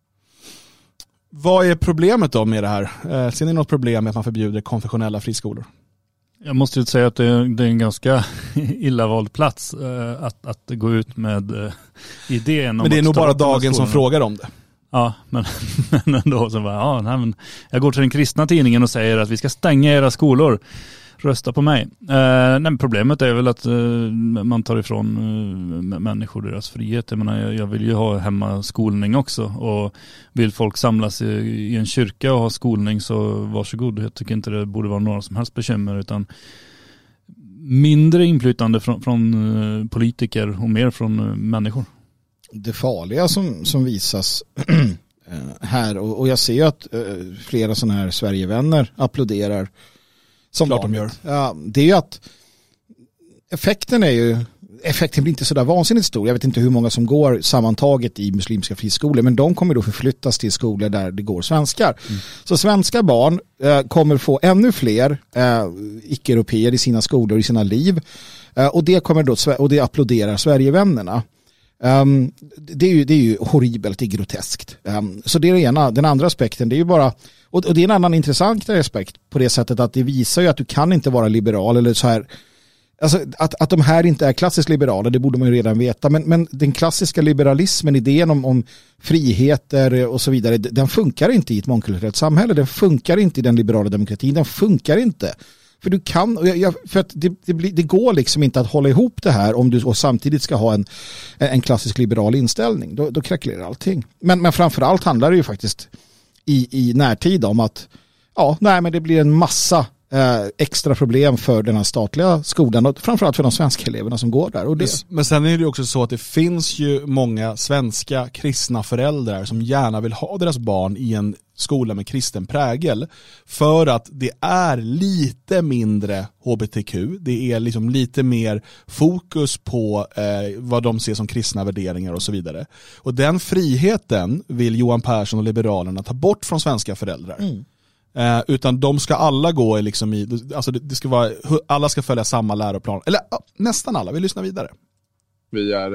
Vad är problemet då med det här? Eh, ser ni något problem med att man förbjuder konfessionella friskolor? Jag måste ju säga att det är, det är en ganska illa vald plats eh, att, att gå ut med eh, idén om. Men det är nog bara Dagen som skolorna. Frågar om det. Ja, men, men ändå så bara, ja, nej, men jag går till den kristna tidningen och säger att vi ska stänga era skolor. Rösta på mig. Eh, nej, problemet är väl att eh, man tar ifrån eh, människor deras frihet. Jag menar, jag, jag vill ju ha hemma skolning också, och vill folk samlas i, i en kyrka och ha skolning, så varsågod. Jag tycker inte det borde vara några som helst bekymmer, utan mindre inflytande från, från eh, politiker och mer från eh, människor. Det farliga som, som visas här, och, och jag ser ju att eh, flera sådana här Sverigevänner applåderar som klart de gör. Ja, det är ju att effekten är ju effekten blir inte så där vansinnigt stor. Jag vet inte hur många som går sammantaget i muslimska friskolor, men de kommer då förflyttas till skolor där det går svenskar. Mm. Så svenska barn eh, kommer få ännu fler eh, icke-europeer i sina skolor, i sina liv. Eh, och det kommer då, och det applåderar Sverigevännerna. Um, det, är ju, det är ju horribelt, det är groteskt. Um, så det är det ena. Den andra aspekten, det är ju bara, och, och det är en annan intressant aspekt på det sättet att det visar ju att du kan inte vara liberal eller så här. Alltså att, att de här inte är klassiskt liberala, det borde man ju redan veta, men, men den klassiska liberalismen, idén om, om friheter och så vidare, den funkar inte i ett mångkulturellt samhälle, den funkar inte i den liberala demokratin, den funkar inte. För du kan, och jag, för att det, det, blir, det går liksom inte att hålla ihop det här om du och samtidigt ska ha en, en klassisk liberal inställning. Då, då krackelerar allting. Men, men framförallt handlar det ju faktiskt i, i närtid om att ja, nej, men det blir en massa eh, extra problem för den här statliga skolan och framförallt för de svenska eleverna som går där. Och det. Men sen är det också så att det finns ju många svenska kristna föräldrar som gärna vill ha deras barn i en skola med kristen prägel, för att det är lite mindre H B T Q, det är liksom lite mer fokus på eh, vad de ser som kristna värderingar och så vidare. Och den friheten vill Johan Persson och Liberalerna ta bort från svenska föräldrar. Mm. Eh, utan de ska alla gå liksom i, alltså det, det ska vara, alla ska följa samma läroplan, eller ja, nästan alla. Vi lyssnar vidare. Vi är eh,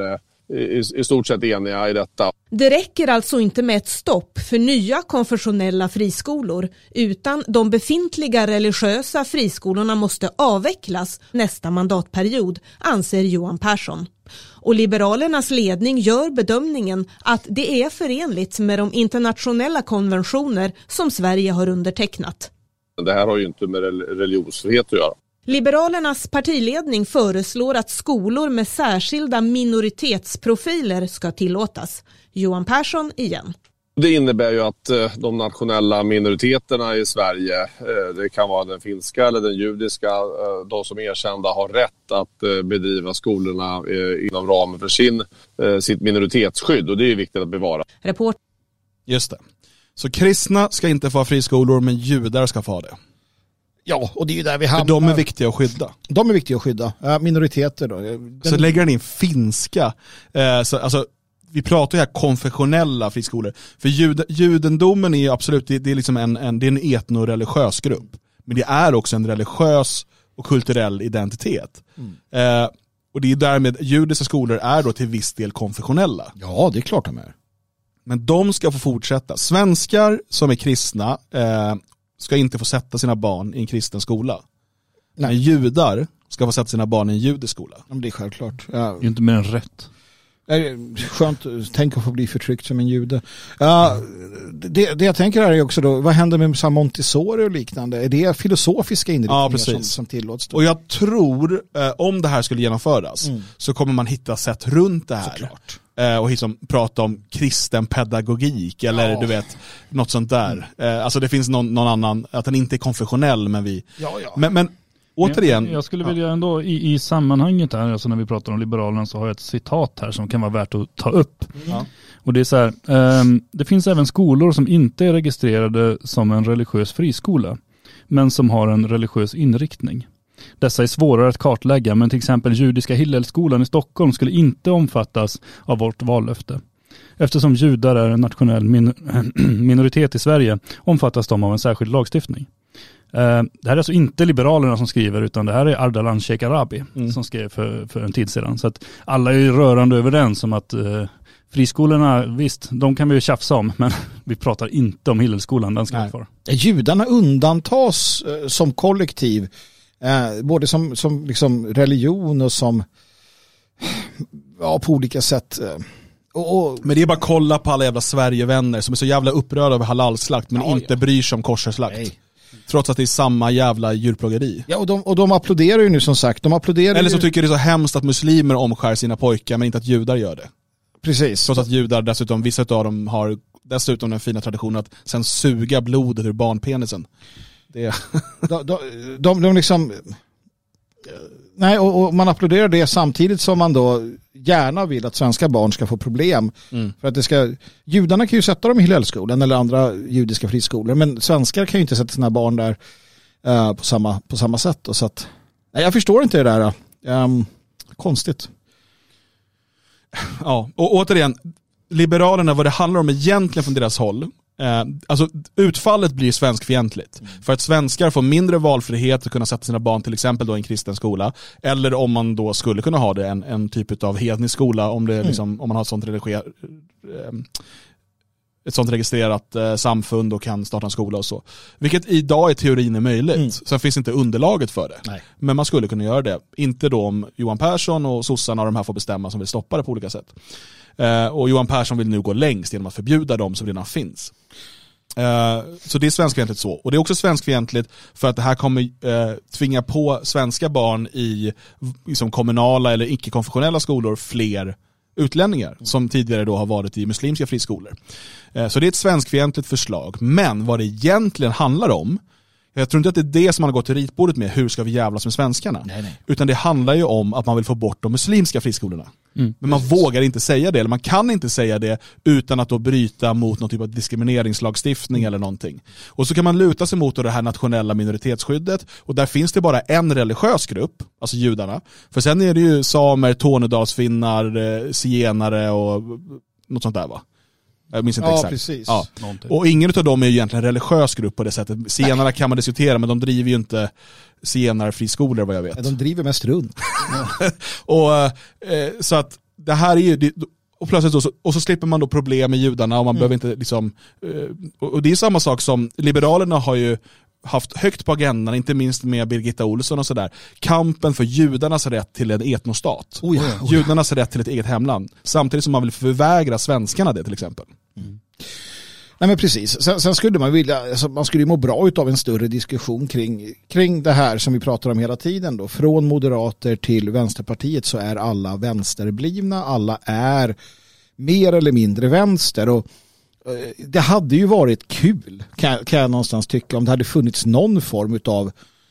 i, i stort sett eniga i detta. Det räcker alltså inte med ett stopp för nya konfessionella friskolor, utan de befintliga religiösa friskolorna måste avvecklas nästa mandatperiod, anser Johan Persson. Och Liberalernas ledning gör bedömningen att det är förenligt med de internationella konventioner som Sverige har undertecknat. Det här har ju inte med religionsfrihet att göra. Liberalernas partiledning föreslår att skolor med särskilda minoritetsprofiler ska tillåtas. Johan Persson igen. Det innebär ju att de nationella minoriteterna i Sverige, det kan vara den finska eller den judiska, de som är erkända har rätt att bedriva skolorna inom ramen för sin, sitt minoritetsskydd, och det är viktigt att bevara. Report. Just det. Så kristna ska inte få ha friskolor, men judar ska få ha det. Ja, och det är ju där vi hamnar. För de är viktiga att skydda. De är viktiga att skydda. Minoriteter då. Den... Så lägger den in finska. Eh, så, alltså, vi pratar ju här konfessionella friskolor. För jud, judendomen är absolut, det, det är liksom en, en, det är en etnoreligiös grupp. Men det är också en religiös och kulturell identitet. Mm. Eh, och det är därmed, judiska skolor är då till viss del konfessionella. Ja, det är klart de är. Men de ska få fortsätta. Svenskar som är kristna eh, ska inte få sätta sina barn i en kristen skola. Nej. Men judar ska få sätta sina barn i en judisk skola. Ja, det är självklart. Ja. Det är inte mer än rätt. Skönt, tänk att få bli förtryckt som en jude. Uh, det, det jag tänker här är också då, vad händer med Montessori och liknande? Är det filosofiska inriktningar ja, som, som tillåts då? Och jag tror, eh, om det här skulle genomföras mm. så kommer man hitta sätt runt det här. Såklart. Eh, och liksom prata om kristen pedagogik eller ja. du vet, något sånt där. Mm. Eh, alltså det finns någon, någon annan, att den inte är konfessionell, men vi... Ja, ja. Men, men återigen. Jag, jag skulle vilja ändå i, i sammanhanget här, alltså när vi pratar om Liberalerna, så har jag ett citat här som kan vara värt att ta upp. Mm. Och det är så här, um, det finns även skolor som inte är registrerade som en religiös friskola, men som har en religiös inriktning. Dessa är svårare att kartlägga, men till exempel judiska Hillelskolan i Stockholm skulle inte omfattas av vårt vallöfte. Eftersom judar är en nationell min- minoritet i Sverige omfattas de av en särskild lagstiftning. Det här är alltså inte Liberalerna som skriver, utan det här är Ardalan Shekarabi mm. som skrev för, för en tid sedan. Så att alla är rörande överens om att eh, friskolorna, visst, de kan vi ju tjafsa om, men vi pratar inte om Hillelskolan, den ska vi få. Judarna undantas eh, som kollektiv, eh, både som, som liksom religion och som ja, på olika sätt. Eh, och, och, men det är bara att kolla på alla jävla Sverigevänner som är så jävla upprörda över halalslakt, men ja, inte ja. bryr sig om koscherslakt. Nej. Trots att det är samma jävla djurplågeri. Ja, och de, och de applåderar ju nu som sagt. De applåderar Eller så ju... tycker det är så hemskt att muslimer omskär sina pojkar, men inte att judar gör det. Precis. Trots att judar dessutom, vissa av dem har dessutom den fina traditionen att sen suga blodet ur barnpenisen. Det är... de, de, de, de liksom... Nej, och, och man applåderar det samtidigt som man då gärna vill att svenska barn ska få problem. Mm. För att det ska, judarna kan ju sätta dem i Hillelskolan eller andra judiska friskolor, men svenskar kan ju inte sätta sina barn där uh, på, samma, på samma sätt. Och så att, nej, jag förstår inte det där. Um, konstigt. Ja, och återigen, Liberalerna, vad det handlar om egentligen från deras håll, Eh, alltså utfallet blir svenskfientligt. Mm. För att svenskar får mindre valfrihet att kunna sätta sina barn till exempel då i en kristen skola, eller om man då skulle kunna ha det en, en typ av hednisk skola, om, det, mm. liksom, om man har ett sånt, religiö- eh, ett sånt registrerat eh, samfund och kan starta en skola och så. Vilket idag i teorin är möjligt. Mm. Sen finns inte underlaget för det. Nej. Men man skulle kunna göra det. Inte då om Johan Persson och sossarna och de här får bestämma, som vill stoppa det på olika sätt. Uh, och Johan Persson vill nu gå längst genom att förbjuda dem som redan finns. Uh, så det är svenskfientligt så. Och det är också svenskfientligt för att det här kommer uh, tvinga på svenska barn i liksom, kommunala eller icke-konfessionella skolor fler utlänningar mm. som tidigare då har varit i muslimska friskolor. Uh, så det är ett svenskfientligt förslag. Men vad det egentligen handlar om, jag tror inte att det är det som man har gått till ritbordet med, hur ska vi jävlas med svenskarna. Nej, nej. Utan det handlar ju om att man vill få bort de muslimska friskolorna. Mm. Men man Precis. vågar inte säga det, eller man kan inte säga det utan att då bryta mot någon typ av diskrimineringslagstiftning mm. eller någonting. Och så kan man luta sig mot det här nationella minoritetsskyddet, och där finns det bara en religiös grupp, alltså judarna. För sen är det ju samer, tornedalsfinnar, zigenare och något sånt där, va? Jag minns inte ja, exakt. Precis. Ja, precis. Och ingen av dem är ju egentligen en religiös grupp på det sättet. Zigenarna kan man diskutera, men de driver ju inte zigenarfriskolor vad jag vet. Ja, de driver mest runt. och, eh, så att det här är ju... Det, och plötsligt då, och så slipper man då problem med judarna och man mm. behöver inte liksom... Och det är samma sak som Liberalerna har ju haft högt på agendan, inte minst med Birgitta Olsson och sådär. Kampen för judarnas rätt till en etnostat. Oh ja, oh ja. Judarnas rätt till ett eget hemland. Samtidigt som man vill förvägra svenskarna det till exempel. Mm. Nej men precis. Sen, sen skulle man vilja, alltså man skulle må bra utav en större diskussion kring, kring det här som vi pratar om hela tiden då. Från moderater till Vänsterpartiet så är alla vänsterblivna. Alla är mer eller mindre vänster och det hade ju varit kul kan, kan jag någonstans tycka om det hade funnits någon form utav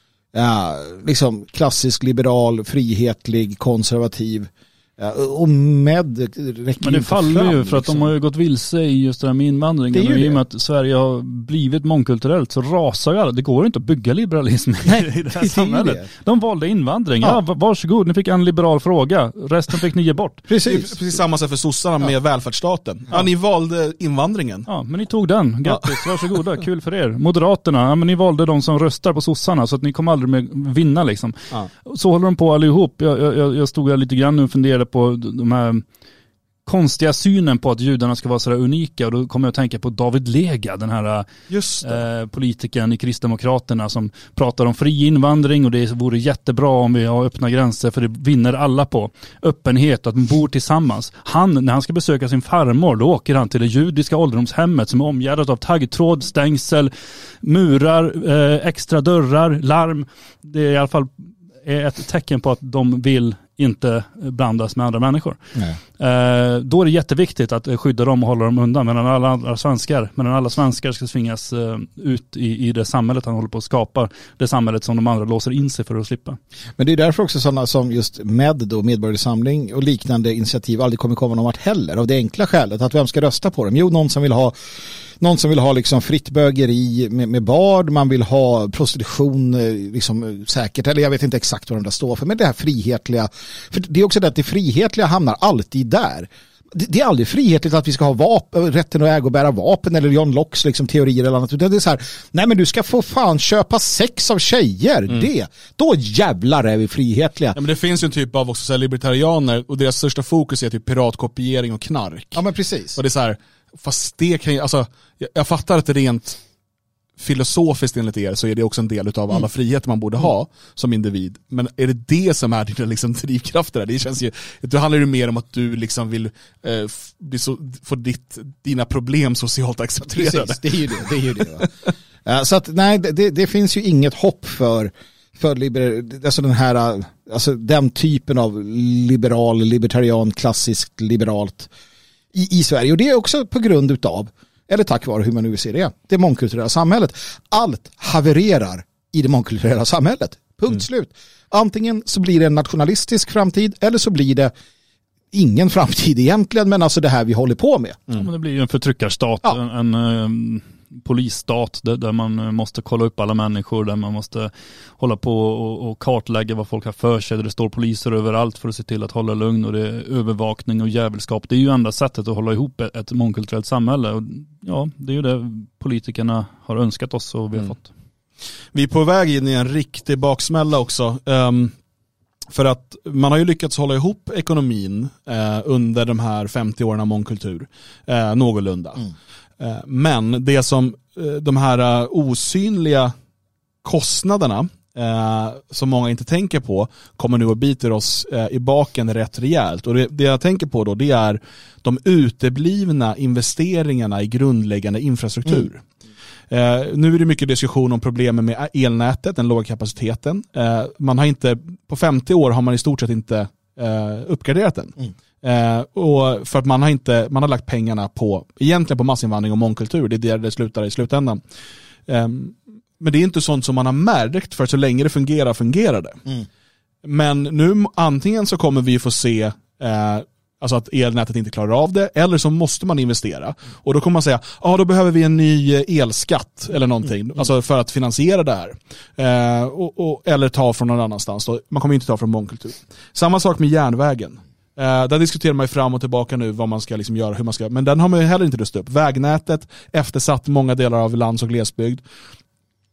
ja, liksom klassisk liberal, frihetlig, konservativ ja, och med räcker. Men det faller fram, ju för att liksom. De har ju gått vilse i just det här med invandringen och i och med att Sverige har blivit mångkulturellt så rasar ju alla. Det går inte att bygga liberalism Nej, i det här det samhället. Det. De valde invandring. Ja. Ja, varsågod, ni fick en liberal fråga. Resten fick ni ge bort. Precis, precis samma sak för sossarna med ja. välfärdsstaten. Ja. ja, ni valde invandringen. Ja, men ni tog den. Grattis, ja. varsågoda. Kul för er. Moderaterna, ja, men ni valde de som röstar på sossarna så att ni kommer aldrig med vinna liksom. Ja. Så håller de på allihop. Jag, jag, jag stod här lite grann och funderade på de här konstiga synen på att judarna ska vara så där unika och då kommer jag att tänka på David Lega, den här eh, politikern i Kristdemokraterna som pratar om fri invandring och det vore jättebra om vi har öppna gränser för det vinner alla på. Öppenhet, att man bor tillsammans. Han, när han ska besöka sin farmor, då åker han till det judiska ålderdomshemmet som är omgärdat av taggtråd, stängsel, murar, eh, extra dörrar, larm. Det är i alla fall är ett tecken på att de vill inte blandas med andra människor. Eh, då är det jätteviktigt att skydda dem och hålla dem undan medan alla andra svenskar, medan alla svenskar ska svingas eh, ut i, i det samhället han håller på att skapa, det samhället som de andra låser in sig för att slippa. Men det är därför också sådana som just M E D då, Medborgarsamling och liknande initiativ aldrig kommer komma någon vart heller av det enkla skälet att vem ska rösta på dem? Jo, någon som vill ha Någon som vill ha liksom fritt bögeri med, med bad, man vill ha prostitution liksom säkert, eller jag vet inte exakt vad de där står för, men det här frihetliga, för det är också det att det frihetliga hamnar alltid där. Det, det är aldrig frihetligt att vi ska ha vapen, rätten att äga och bära vapen eller John Lockes liksom teorier eller annat, utan det är så här, nej men du ska få fan köpa sex av tjejer, mm. det, då jävlar är vi frihetliga. Ja, men det finns ju en typ av också så här libertarianer och deras största fokus är typ piratkopiering och knark. Ja men precis. Och det är så här, fast det kan ju, alltså, jag, jag fattar att det rent filosofiskt enligt er så är det också en del av alla mm. friheter man borde ha mm. som individ. Men är det det som är dina liksom drivkrafter? Det känns ju, det handlar ju mer om att du liksom vill eh, bli så, få ditt, dina problem socialt accepterade. Precis, det är ju det. det, är ju det va? Så att nej, det, det finns ju inget hopp för för liber, alltså den här, alltså den typen av liberal, libertarian, klassiskt liberalt i, i Sverige. Och det är också på grund utav, eller tack vare hur man nu vill se det, det mångkulturella samhället. Allt havererar i det mångkulturella samhället. Punkt mm. slut. Antingen så blir det en nationalistisk framtid eller så blir det ingen framtid egentligen, men alltså det här vi håller på med. Mm. Ja, men det blir ju en förtryckarstat, ja. en, en um, polisstat där, där man måste kolla upp alla människor, där man måste hålla på och, och kartlägga vad folk har för sig, där det står poliser överallt för att se till att hålla lugn, och det är övervakning och jävelskap. Det är ju enda sättet att hålla ihop ett, ett mångkulturellt samhälle, och ja, det är ju det politikerna har önskat oss och vi har mm. fått. Vi är på väg in i en riktig baksmälla också. Um... För att man har ju lyckats hålla ihop ekonomin eh, under de här femtio åren av mångkultur. Eh, någorlunda. Mm. Eh, men det som eh, de här uh, osynliga kostnaderna eh, som många inte tänker på kommer nu att bita oss eh, i baken rätt rejält. Och det, det jag tänker på då, det är de uteblivna investeringarna i grundläggande infrastruktur. Mm. Uh, nu är det mycket diskussion om problemen med elnätet, den låga kapaciteten. Uh, man har inte, på femtio år har man i stort sett inte uh, uppgraderat den. Mm. Uh, och för att man har inte, man har lagt pengarna på, egentligen på massinvandring och mångkultur. Det är där det slutar i slutändan. Um, men det är inte sånt som man har märkt, för så länge det fungerar, fungerar det. Mm. Men nu antingen så kommer vi få se uh, alltså att elnätet inte klarar av det, eller så måste man investera. Och då kommer man säga, ja ah, då behöver vi en ny elskatt eller någonting, mm. alltså för att finansiera det här. Eh, och, och, eller ta från någon annanstans. Då. Man kommer inte ta från mångkultur. Samma sak med järnvägen. Eh, där diskuterar man ju fram och tillbaka nu vad man ska liksom göra, hur man ska, men den har man ju heller inte rustat upp. Vägnätet eftersatt många delar av lands- och glesbygd.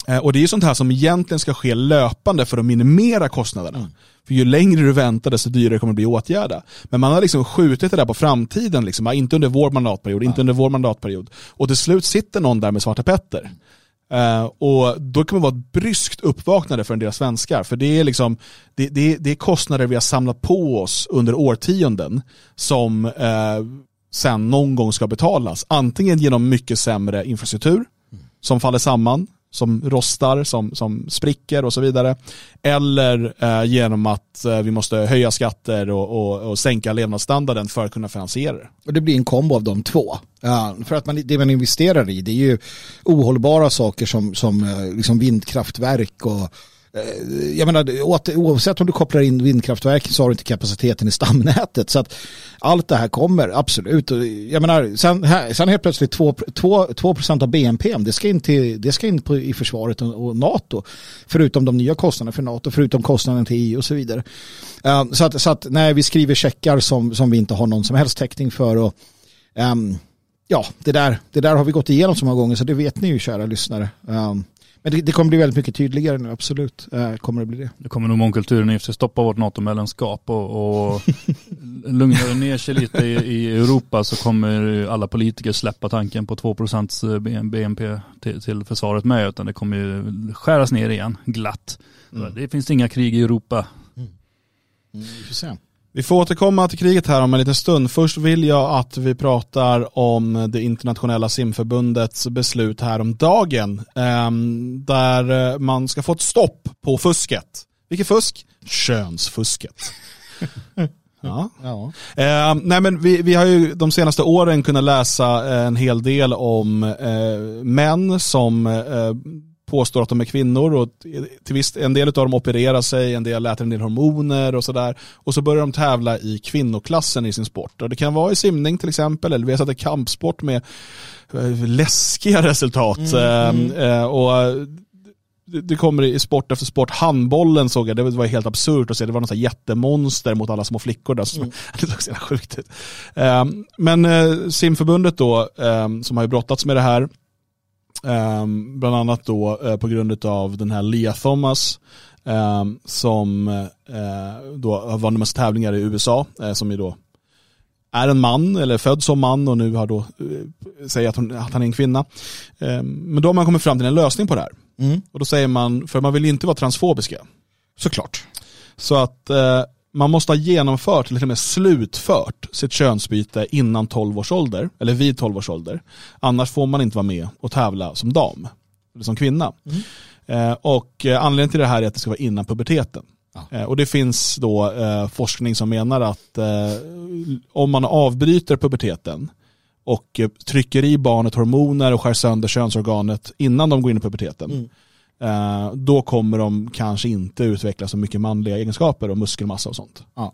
Och det är ju sånt här som egentligen ska ske löpande för att minimera kostnaderna. Mm. För ju längre du väntar desto dyrare kommer det bli åtgärda. Men man har liksom skjutit det där på framtiden. Liksom. Inte under vår mandatperiod, ja. inte under vår mandatperiod. Och till slut sitter någon där med Svarta Petter. Uh, och då kan det vara ett bryskt uppvaknande för en del svenskar. För det är, liksom, det, det, det är kostnader vi har samlat på oss under årtionden som uh, sen någon gång ska betalas. Antingen genom mycket sämre infrastruktur mm. som faller samman, som rostar, som, som spricker och så vidare. Eller eh, genom att eh, vi måste höja skatter och, och, och sänka levnadsstandarden för att kunna finansiera det. Och det blir en kombo av de två. Ja, för att man, det man investerar i, det är ju ohållbara saker som, som liksom vindkraftverk och jag menar, oavsett om du kopplar in vindkraftverk så har du inte kapaciteten i stamnätet, så att allt det här kommer, absolut. Jag menar, sen, här, sen helt plötsligt två procent av B N P, det ska in, till, det ska in på, i försvaret och, och NATO, förutom de nya kostnaderna för NATO, förutom kostnaden till E U och så vidare. Uh, så, att, så att när vi skriver checkar som, som vi inte har någon som helst täckning för och um, ja, det där, det där har vi gått igenom så många gånger, så det vet ni ju, kära lyssnare. Um, Men det, det kommer bli väldigt mycket tydligare nu, absolut. Eh, kommer det bli det. Det kommer nog mångkulturen efter stoppa vårt NATO-medlemskap och, och lugna ner sig lite i, i Europa, så kommer alla politiker släppa tanken på två procent B N P till, till försvaret med, utan det kommer ju skäras ner igen, glatt. Mm. Det finns inga krig i Europa. Mm. Mm, vi får se. Vi får återkomma till kriget här om en liten stund. Först vill jag att vi pratar om det internationella simförbundets beslut här om dagen, eh, där man ska få ett stopp på fusket. Vilket fusk? Könsfusket. Ja. Ja. Eh, nej men vi, vi har ju de senaste åren kunnat läsa en hel del om eh, män som eh, påstår att de är kvinnor, och till viss, en del av dem opererar sig, en del äter en del hormoner och sådär, och så börjar de tävla i kvinnoklassen i sin sport. Och det kan vara i simning till exempel, eller vi har sett en kampsport med läskiga resultat. Mm, mm. Och det kommer i sport efter sport. Handbollen såg jag, det var helt absurt att se. Det var något jättemonster mot alla små flickor där. Mm. Det såg så sjukt ut. Men simförbundet då, som har ju brottats med det här, Um, bland annat då uh, på grund av den här Lia Thomas um, som uh, då har vunnit massa tävlingar i U S A, uh, som ju då är en man eller född som man och nu har då uh, säger att, hon, att han är en kvinna. Um, men då har man kommit fram till en lösning på det här. Mm. Och då säger man, för man vill inte vara transfobiska. Såklart. Så att uh, man måste ha genomfört eller till och med slutfört sitt könsbyte innan tolv års ålder, eller vid tolv års ålder. Annars får man inte vara med och tävla som dam eller som kvinna. Mm. Eh, och eh, anledningen till det här är att det ska vara innan puberteten. Ja. Eh, och det finns då eh, forskning som menar att eh, om man avbryter puberteten och eh, trycker i barnet hormoner och skär sönder könsorganet innan de går in i puberteten, mm. Uh, då kommer de kanske inte utveckla så mycket manliga egenskaper och muskelmassa och sånt. Ja.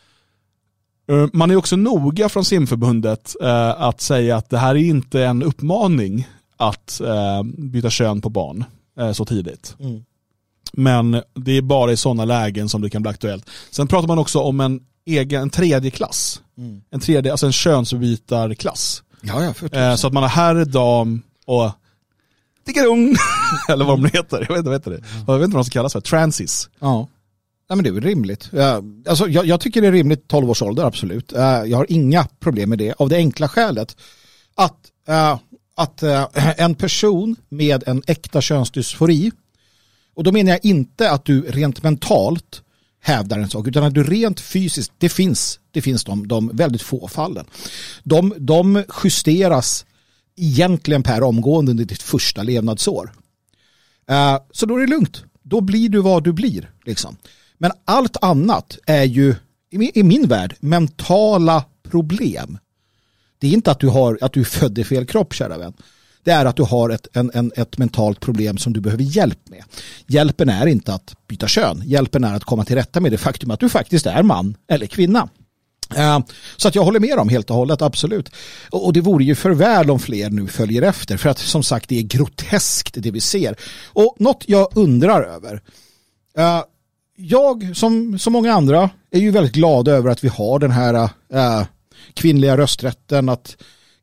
Uh, man är också noga från simförbundet uh, att säga att det här är inte en uppmaning att uh, byta kön på barn uh, så tidigt. Mm. Men det är bara i sådana lägen som det kan bli aktuellt. Sen pratar man också om en egen en tredje klass. Mm. En tredje, alltså en könsbytarklass. Ja, ja, uh, så att man har herr, dam och tickarung, eller vad de heter. Jag vet inte vad heter det. Jag vet inte vad de ska kallas för. Transis. Ja. Ja, men det är väl rimligt. Ja, alltså, jag, jag tycker det är rimligt tolv års ålder, absolut. Uh, jag har inga problem med det. Av det enkla skälet att, uh, att uh, en person med en äkta könsdysfori, och då menar jag inte att du rent mentalt hävdar en sak, utan att du rent fysiskt, det finns, det finns de, de väldigt få fallen. De, de justeras egentligen per omgående under ditt första levnadsår. Uh, så då är det lugnt. Då blir du vad du blir. Liksom. Men allt annat är ju, i min värld, mentala problem. Det är inte att du, har, att du är född i fel kropp, kära vän. Det är att du har ett, en, en, ett mentalt problem som du behöver hjälp med. Hjälpen är inte att byta kön. Hjälpen är att komma till rätta med det faktum att du faktiskt är man eller kvinna. Uh, så att jag håller med om helt och hållet, absolut. Och, och det vore ju för väl om fler nu följer efter, för att som sagt det är groteskt det vi ser. Och något jag undrar över, uh, jag som så många andra är ju väldigt glad över att vi har den här uh, kvinnliga rösträtten, att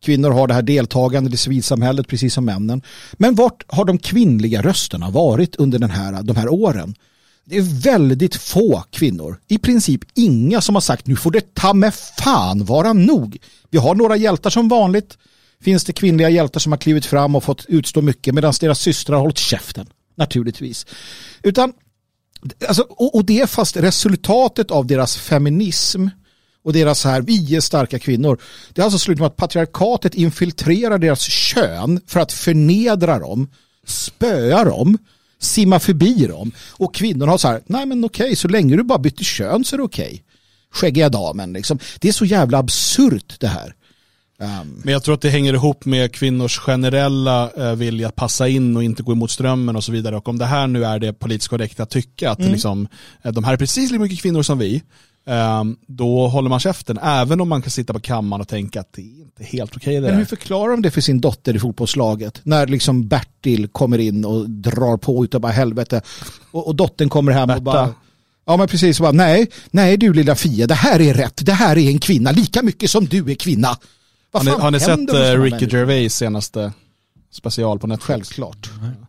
Kvinnor har det här deltagandet i civilsamhället precis som männen. Men vart har de kvinnliga rösterna varit under den här, de här åren? Det är väldigt få kvinnor, i princip inga, som har sagt nu får det ta med fan vara nog. Vi har några hjältar som vanligt. Finns det kvinnliga hjältar som har klivit fram och fått utstå mycket medan deras systrar har hållit käften, naturligtvis. Utan, alltså, och, och det är fast resultatet av deras feminism och deras här, vi är starka kvinnor. Det är alltså slut med att patriarkatet infiltrerar deras kön för att förnedra dem, spöa dem, simma förbi dem. Och kvinnorna har så här, nej men okej, så länge du bara byter kön så är det okej. Skäggiga damen liksom. Det är så jävla absurt det här. Um. Men jag tror att det hänger ihop med kvinnors generella uh, vilja att passa in och inte gå emot strömmen och så vidare. Och om det här nu är det politiskt korrekta att tycka att mm. liksom, de här är precis lika mycket kvinnor som vi, um, då håller man käften. Även om man kan sitta på kammaren och tänka att det är inte helt okej. Men hur förklarar de det för sin dotter i fotbollslaget? När liksom Bertil kommer in och drar på utav bara helvete. Och, och dottern kommer hem Berta. och bara... Ja men precis, bara, nej, nej du lilla Fia, det här är rätt. Det här är en kvinna, lika mycket som du är kvinna. Har ni, har ni sett uh, Ricky Gervais senaste special på Netflix? Självklart.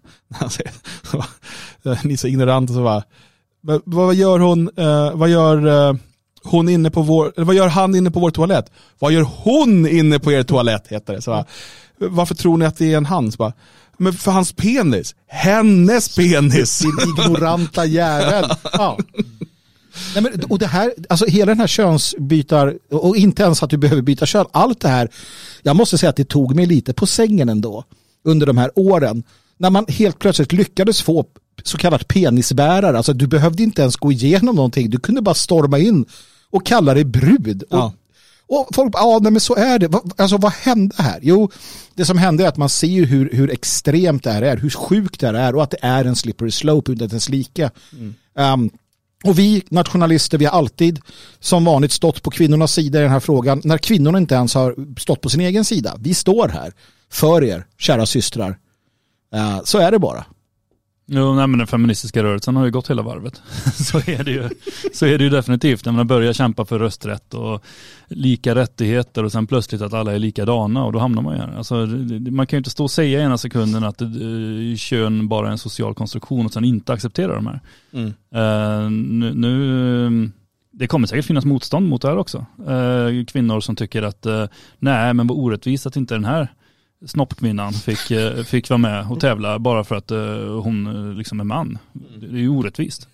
Ni är så ignoranta så bara, vad gör hon, uh, vad gör uh, hon inne på vår, eller vad gör han inne på vår toalett? Vad gör hon inne på er toalett, heter det. Så bara, varför tror ni att det är en han? Så bara, men för hans penis. Hennes penis. Din ignoranta jävel. Ja. Nej, men, och det här, alltså hela den här könsbytar, och inte ens att du behöver byta kön, allt det här, jag måste säga att det tog mig lite på sängen ändå under de här åren, när man helt plötsligt lyckades få så kallat penisbärare, alltså du behövde inte ens gå igenom någonting, du kunde bara storma in och kalla dig brud. Ja. Och, och folk, ja nej, men så är det. Alltså vad hände här? Jo, det som hände är att man ser ju hur, hur extremt det här är, hur sjukt det här är och att det är en slippery slope utan dess like. Mm. Um, Och vi nationalister, vi har alltid som vanligt stått på kvinnornas sida i den här frågan, när kvinnorna inte ens har stått på sin egen sida. Vi står här för er, kära systrar. Uh, så är det bara. Jo, nej, men den feministiska rörelsen har ju gått hela varvet. så är det ju, så är det ju definitivt. När man börjar kämpa för rösträtt och lika rättigheter och sen plötsligt att alla är likadana och då hamnar man ju här. Alltså, man kan ju inte stå och säga i ena sekunden att uh, kön bara är en social konstruktion och sen inte acceptera de här. Mm. Uh, nu, nu, det kommer säkert finnas motstånd mot det här också. Uh, kvinnor som tycker att uh, nej, men vad orättvist att inte den här snoppkvinnan fick, fick vara med och tävla bara för att uh, hon liksom är man. Det är ju orättvist.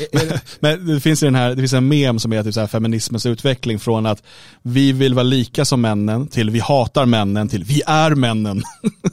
Men det finns den här, det finns en mem som är typ så här feminismens utveckling från att vi vill vara lika som männen till vi hatar männen till vi är männen.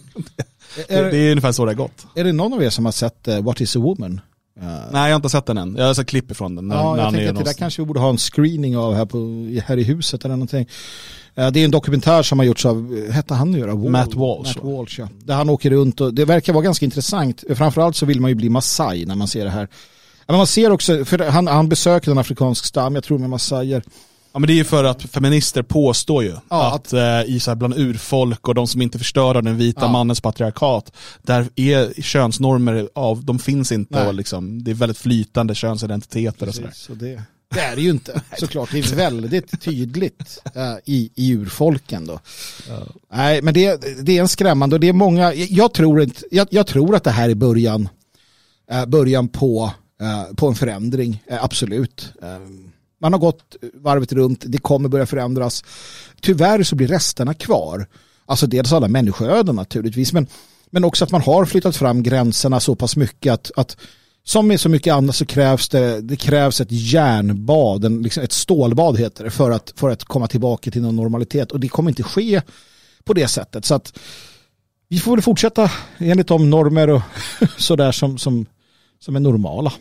det, är, det är ungefär så det har gått. Är det någon av er som har sett uh, What is a woman? Uh, Nej, jag har inte sett den än. Jag har sett klipp ifrån den. När, ja, när jag tänker att det där kanske vi borde ha en screening av här, på, här i huset eller någonting. Det är en dokumentär som har gjorts av, hette han nu? Wall, Matt Walsh. Matt Walsh, ja. Där han åker runt och det verkar vara ganska intressant. Framförallt så vill man ju bli Maasai när man ser det här. Men man ser också, för han, han besöker en afrikansk stam, jag tror med Maasaier. Ja, men det är ju för att feminister påstår ju ja, att, att eh, i så här bland urfolk och de som inte förstör den vita ja. mannens patriarkat, där är könsnormer av, de finns inte och liksom, det är väldigt flytande könsidentiteter. Precis, och sådär. Så det, det är det ju inte, såklart. Det är väldigt tydligt uh, i, i urfolken då. Ja. Nej, men det, det är en skrämmande och det är många, jag tror, inte, jag, jag tror att det här är början, uh, början på, uh, på en förändring, uh, absolut. Uh, Man har gått varvet runt, det kommer börja förändras. Tyvärr så blir resterna kvar. Alltså dels alla människoöden naturligtvis, men, men också att man har flyttat fram gränserna så pass mycket att, att som med så mycket annat så krävs det, det krävs ett järnbad, en, liksom ett stålbad heter det, för att, för att komma tillbaka till någon normalitet. Och det kommer inte ske på det sättet. Så att vi får väl fortsätta enligt de normer och sådär som, som, som är normala.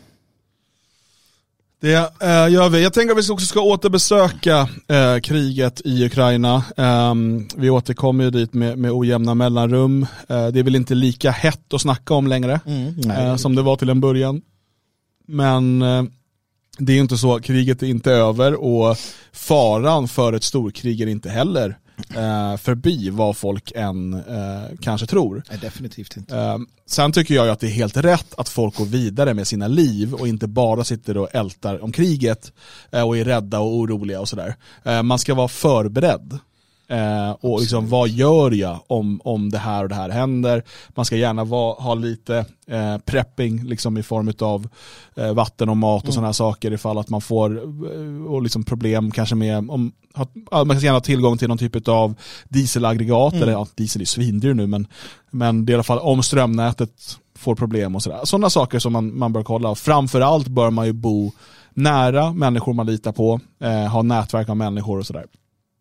Det äh, gör vi. Jag tänker att vi också ska återbesöka äh, kriget i Ukraina. Ähm, vi återkommer ju dit med, med ojämna mellanrum. Äh, det är väl inte lika hett att snacka om längre mm, äh, som det var till en början. Men äh, det är inte så. Kriget är inte över och faran för ett storkrig är inte heller äh, förbi vad folk än äh, kanske tror. Nej, definitivt inte. Äh, sen tycker jag ju att det är helt rätt att folk går vidare med sina liv och inte bara sitter och ältar om kriget äh, och är rädda och oroliga och sådär. Äh, man ska vara förberedd. Eh, och liksom, vad gör jag om, om det här och det här händer? Man ska gärna va, ha lite eh, prepping liksom, i form av eh, vatten och mat och mm. sådana här saker ifall att man får eh, och liksom problem kanske med om, att, man ska gärna ha tillgång till någon typ av dieselaggregat mm. eller ja, diesel är svindyr nu men, men det är i alla fall om strömnätet får problem och sådär. Sådana saker som man, man bör kolla. Framförallt bör man ju bo nära människor man litar på, eh, ha nätverk av människor och sådär.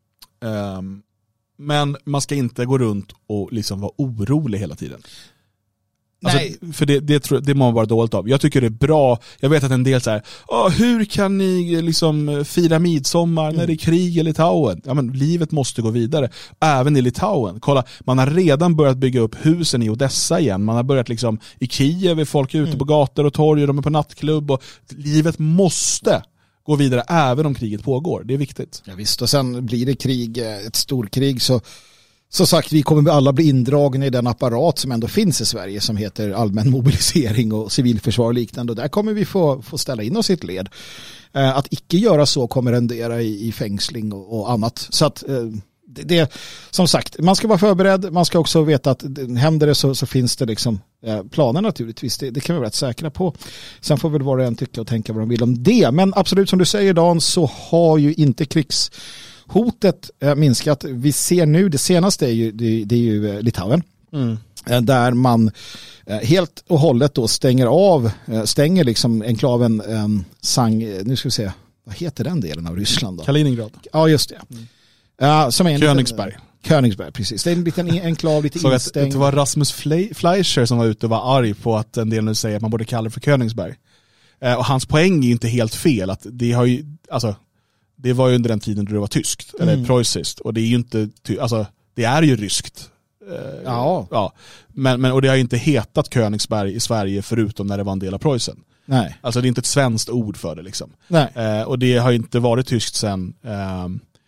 Um, men man ska inte gå runt och liksom vara orolig hela tiden. Alltså, för det, det, tror, det må man vara dåligt av. Jag tycker det är bra. Jag vet att en del så här, oh, hur kan ni liksom fira midsommar mm. när det är krig i Litauen? Ja, men livet måste gå vidare. Även i Litauen. Kolla, man har redan börjat bygga upp husen i Odessa igen. Man har börjat liksom i Kiev, är folk ute mm. på gator och torg och de är på nattklubb. Och livet måste gå vidare även om kriget pågår. Det är viktigt. Ja, visst, och sen blir det krig, ett storkrig så så sagt, vi kommer alla bli indragna i den apparat som ändå finns i Sverige som heter allmän mobilisering och civilförsvar och liknande. Och där kommer vi få, få ställa in oss i ett led. Eh, att icke göra så kommer rendera i, i fängsling och, och annat. Så att eh, det, det, som sagt, man ska vara förberedd. Man ska också veta att händer det så, så finns det liksom eh, planer naturligtvis. Det, det kan vi vara rätt säkra på. Sen får väl var och en tycka och tänka vad de vill om det. Men absolut, som du säger Dan, så har ju inte krigs hotet äh, minskat. Vi ser nu, det senaste är ju, det, det är ju äh, Litauen. Mm. Äh, där man äh, helt och hållet då stänger av, äh, stänger liksom enklaven äh, Sang, nu ska vi se, vad heter den delen av Ryssland då? Kaliningrad. Ja, just det. Mm. Uh, som är en Königsberg. Liten, Königsberg, precis. Det är en liten enklav, lite så instängd. Att det var Rasmus Fleischer som var ute och var arg på att en del nu säger att man borde kalla det för Königsberg. Uh, och hans poäng är ju inte helt fel. Att det har ju, alltså det var ju under den tiden då det var tyskt eller mm. preussiskt och det är ju inte alltså det är ju ryskt. Eh, ja. ja. Men men och det har ju inte hetat Königsberg i Sverige förutom när det var en del av Preussen. Nej. Alltså det är inte ett svenskt ord för det liksom. Nej. Eh, och det har ju inte varit tyskt sen eh,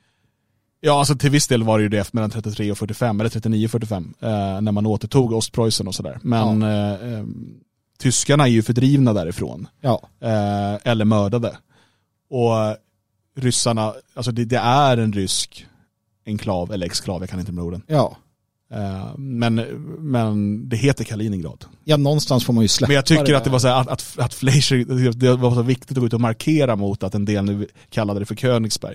ja, alltså till viss del var det ju det mellan trettiotre och fyrtiofem eller trettionio och fyrtiofem eh, när man återtog Ostpreussen och sådär. Men ja. eh, eh, tyskarna är ju fördrivna därifrån. Ja. Eh, eller mördade. Och ryssarna, alltså det, det är en rysk enklav eller exklav, jag kan inte med orden. Ja. Uh, men, men det heter Kaliningrad. Ja, någonstans får man ju släppa. Men jag tycker det att det var så här, att, att, att Fleischer, det var så viktigt att gå ut och markera mot att en del nu kallade det för Königsberg.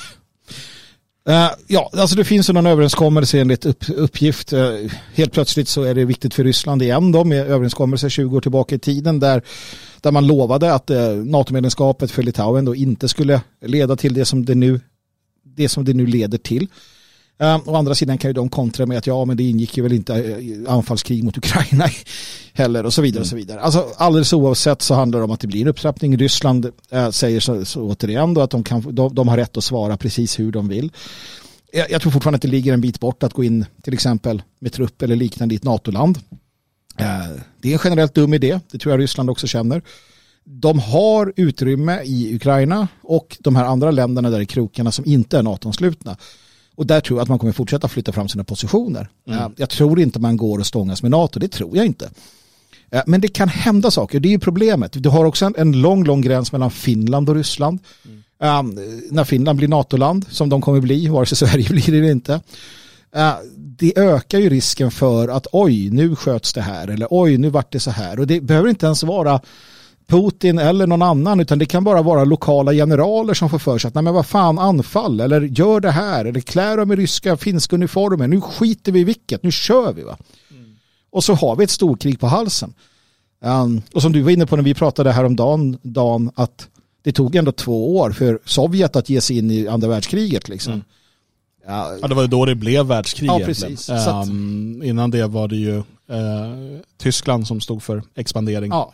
Uh, ja, alltså det finns ju någon överenskommelse enligt upp, uppgift. Uh, helt plötsligt så är det viktigt för Ryssland igen då med överenskommelse tjugo år tillbaka i tiden där, där man lovade att uh, NATO-medlemskapet för Litauen då inte skulle leda till det som det nu, det som det nu leder till. Uh, å andra sidan kan ju de kontra med att ja, men det ingick ju väl inte uh, anfallskrig mot Ukraina heller och så vidare mm. och så vidare. Alltså alldeles oavsett så handlar det om att det blir en upptrappning. Ryssland uh, säger så, så återigen då att de, kan, de, de har rätt att svara precis hur de vill. Jag, jag tror fortfarande att det ligger en bit bort att gå in till exempel med trupp eller liknande i ett NATO-land. Uh, det är en generellt dum idé. Det tror jag Ryssland också känner. De har utrymme i Ukraina och de här andra länderna där i krokarna som inte är NATO-anslutna. Och där tror jag att man kommer fortsätta flytta fram sina positioner. Mm. Jag tror inte man går och stångas med NATO, det tror jag inte. Men det kan hända saker, det är ju problemet. Du har också en, en lång, lång gräns mellan Finland och Ryssland. Mm. Um, när Finland blir NATO-land, som de kommer bli, vare sig Sverige blir det eller inte. Uh, det ökar ju risken för att oj, nu sköts det här, eller oj, nu vart det så här. Och det behöver inte ens vara Putin eller någon annan, utan det kan bara vara lokala generaler som får för sig att nej men vad fan, anfall eller gör det här eller klär dem i ryska finska uniformer, nu skiter vi i vilket, nu kör vi va. Mm. Och så har vi ett storkrig på halsen. Um, och som du var inne på när vi pratade här om dagen, dagen att det tog ändå två år för Sovjet att ge sig in i andra världskriget liksom. Mm. Ja, ja, det var ju då det blev världskrig. Ja, precis. Um, innan det var det ju uh, Tyskland som stod för expandering. Ja.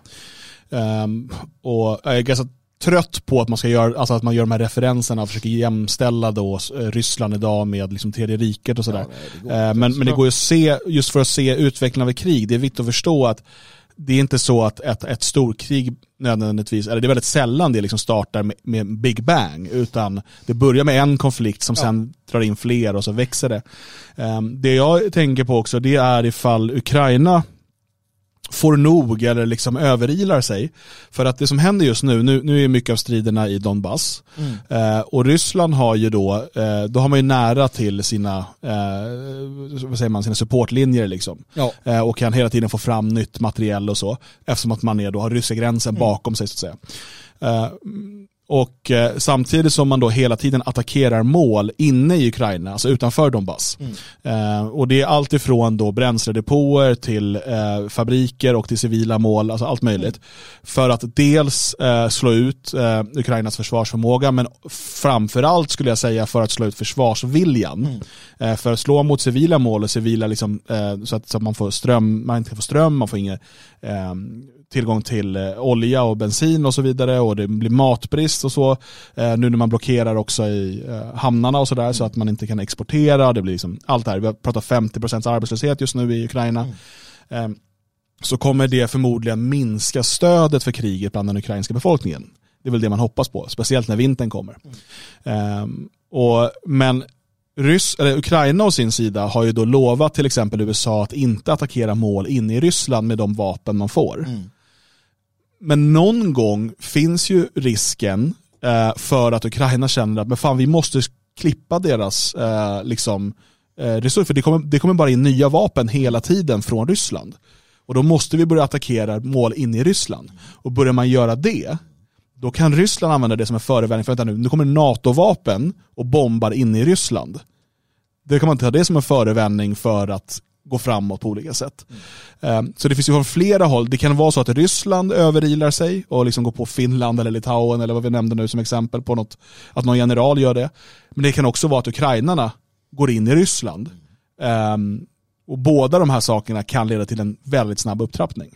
Um, och jag är ganska trött på att man ska göra, alltså att man gör de här referenserna och försöker jämställa då Ryssland idag med liksom tredje riket och sådär. Ja, uh, men, men det går ju att se, just för att se utvecklingen av ett krig, det är viktigt att förstå att det är inte så att ett, ett storkrig nödvändigtvis, eller det är väldigt sällan det liksom startar med, med Big Bang, utan det börjar med en konflikt som ja. sen drar in fler och så växer det. Um, det jag tänker på också, det är ifall Ukraina får nog eller liksom överilar sig. För att det som händer just nu, nu, nu är mycket av striderna i Donbass. Mm. Eh, och Ryssland har ju då, eh, då har man ju nära till sina, eh, vad säger man, sina supportlinjer liksom. Ja. Eh, och kan hela tiden få fram nytt material och så. Eftersom att man är då har ryska gränsen mm. bakom sig så att säga. Eh, Och eh, samtidigt som man då hela tiden attackerar mål inne i Ukraina, alltså utanför Donbass. Mm. Eh, och det är allt ifrån då bränsledepåer till eh, fabriker och till civila mål, alltså allt möjligt. Mm. För att dels eh, slå ut eh, Ukrainas försvarsförmåga, men framförallt skulle jag säga för att slå ut försvarsviljan. Mm. Eh, för att slå mot civila mål och civila liksom, eh, så, att, så att man får ström, man inte kan få ström, man får inga eh, tillgång till eh, olja och bensin och så vidare, och det blir matbrist och så, eh, nu när man blockerar också i eh, hamnarna och sådär mm. så att man inte kan exportera, det blir liksom allt det här, vi har pratat femtio procent arbetslöshet just nu i Ukraina, mm. eh, så kommer det förmodligen minska stödet för kriget bland den ukrainska befolkningen. Det är väl det man hoppas på, speciellt när vintern kommer. Mm. Eh, och, men Ryss, eller Ukraina å sin sida har ju då lovat till exempel U S A att inte attackera mål inne i Ryssland med de vapen man får. Mm. Men någon gång finns ju risken eh, för att Ukraina känner att men fan, vi måste klippa deras eh, liksom, eh, resurser. För det kommer, det kommer bara in nya vapen hela tiden från Ryssland. Och då måste vi börja attackera mål inne i Ryssland. Och börjar man göra det, då kan Ryssland använda det som en förevändning för att nu, nu kommer NATO-vapen och bombar inne i Ryssland. Det kan man inte ha det som en förevändning för att gå framåt på olika sätt. Mm. Så det finns ju från flera håll. Det kan vara så att Ryssland överilar sig och liksom går på Finland eller Litauen eller vad vi nämnde nu som exempel på något, att någon general gör det. Men det kan också vara att ukrainarna går in i Ryssland. Um, och båda de här sakerna kan leda till en väldigt snabb upptrappning.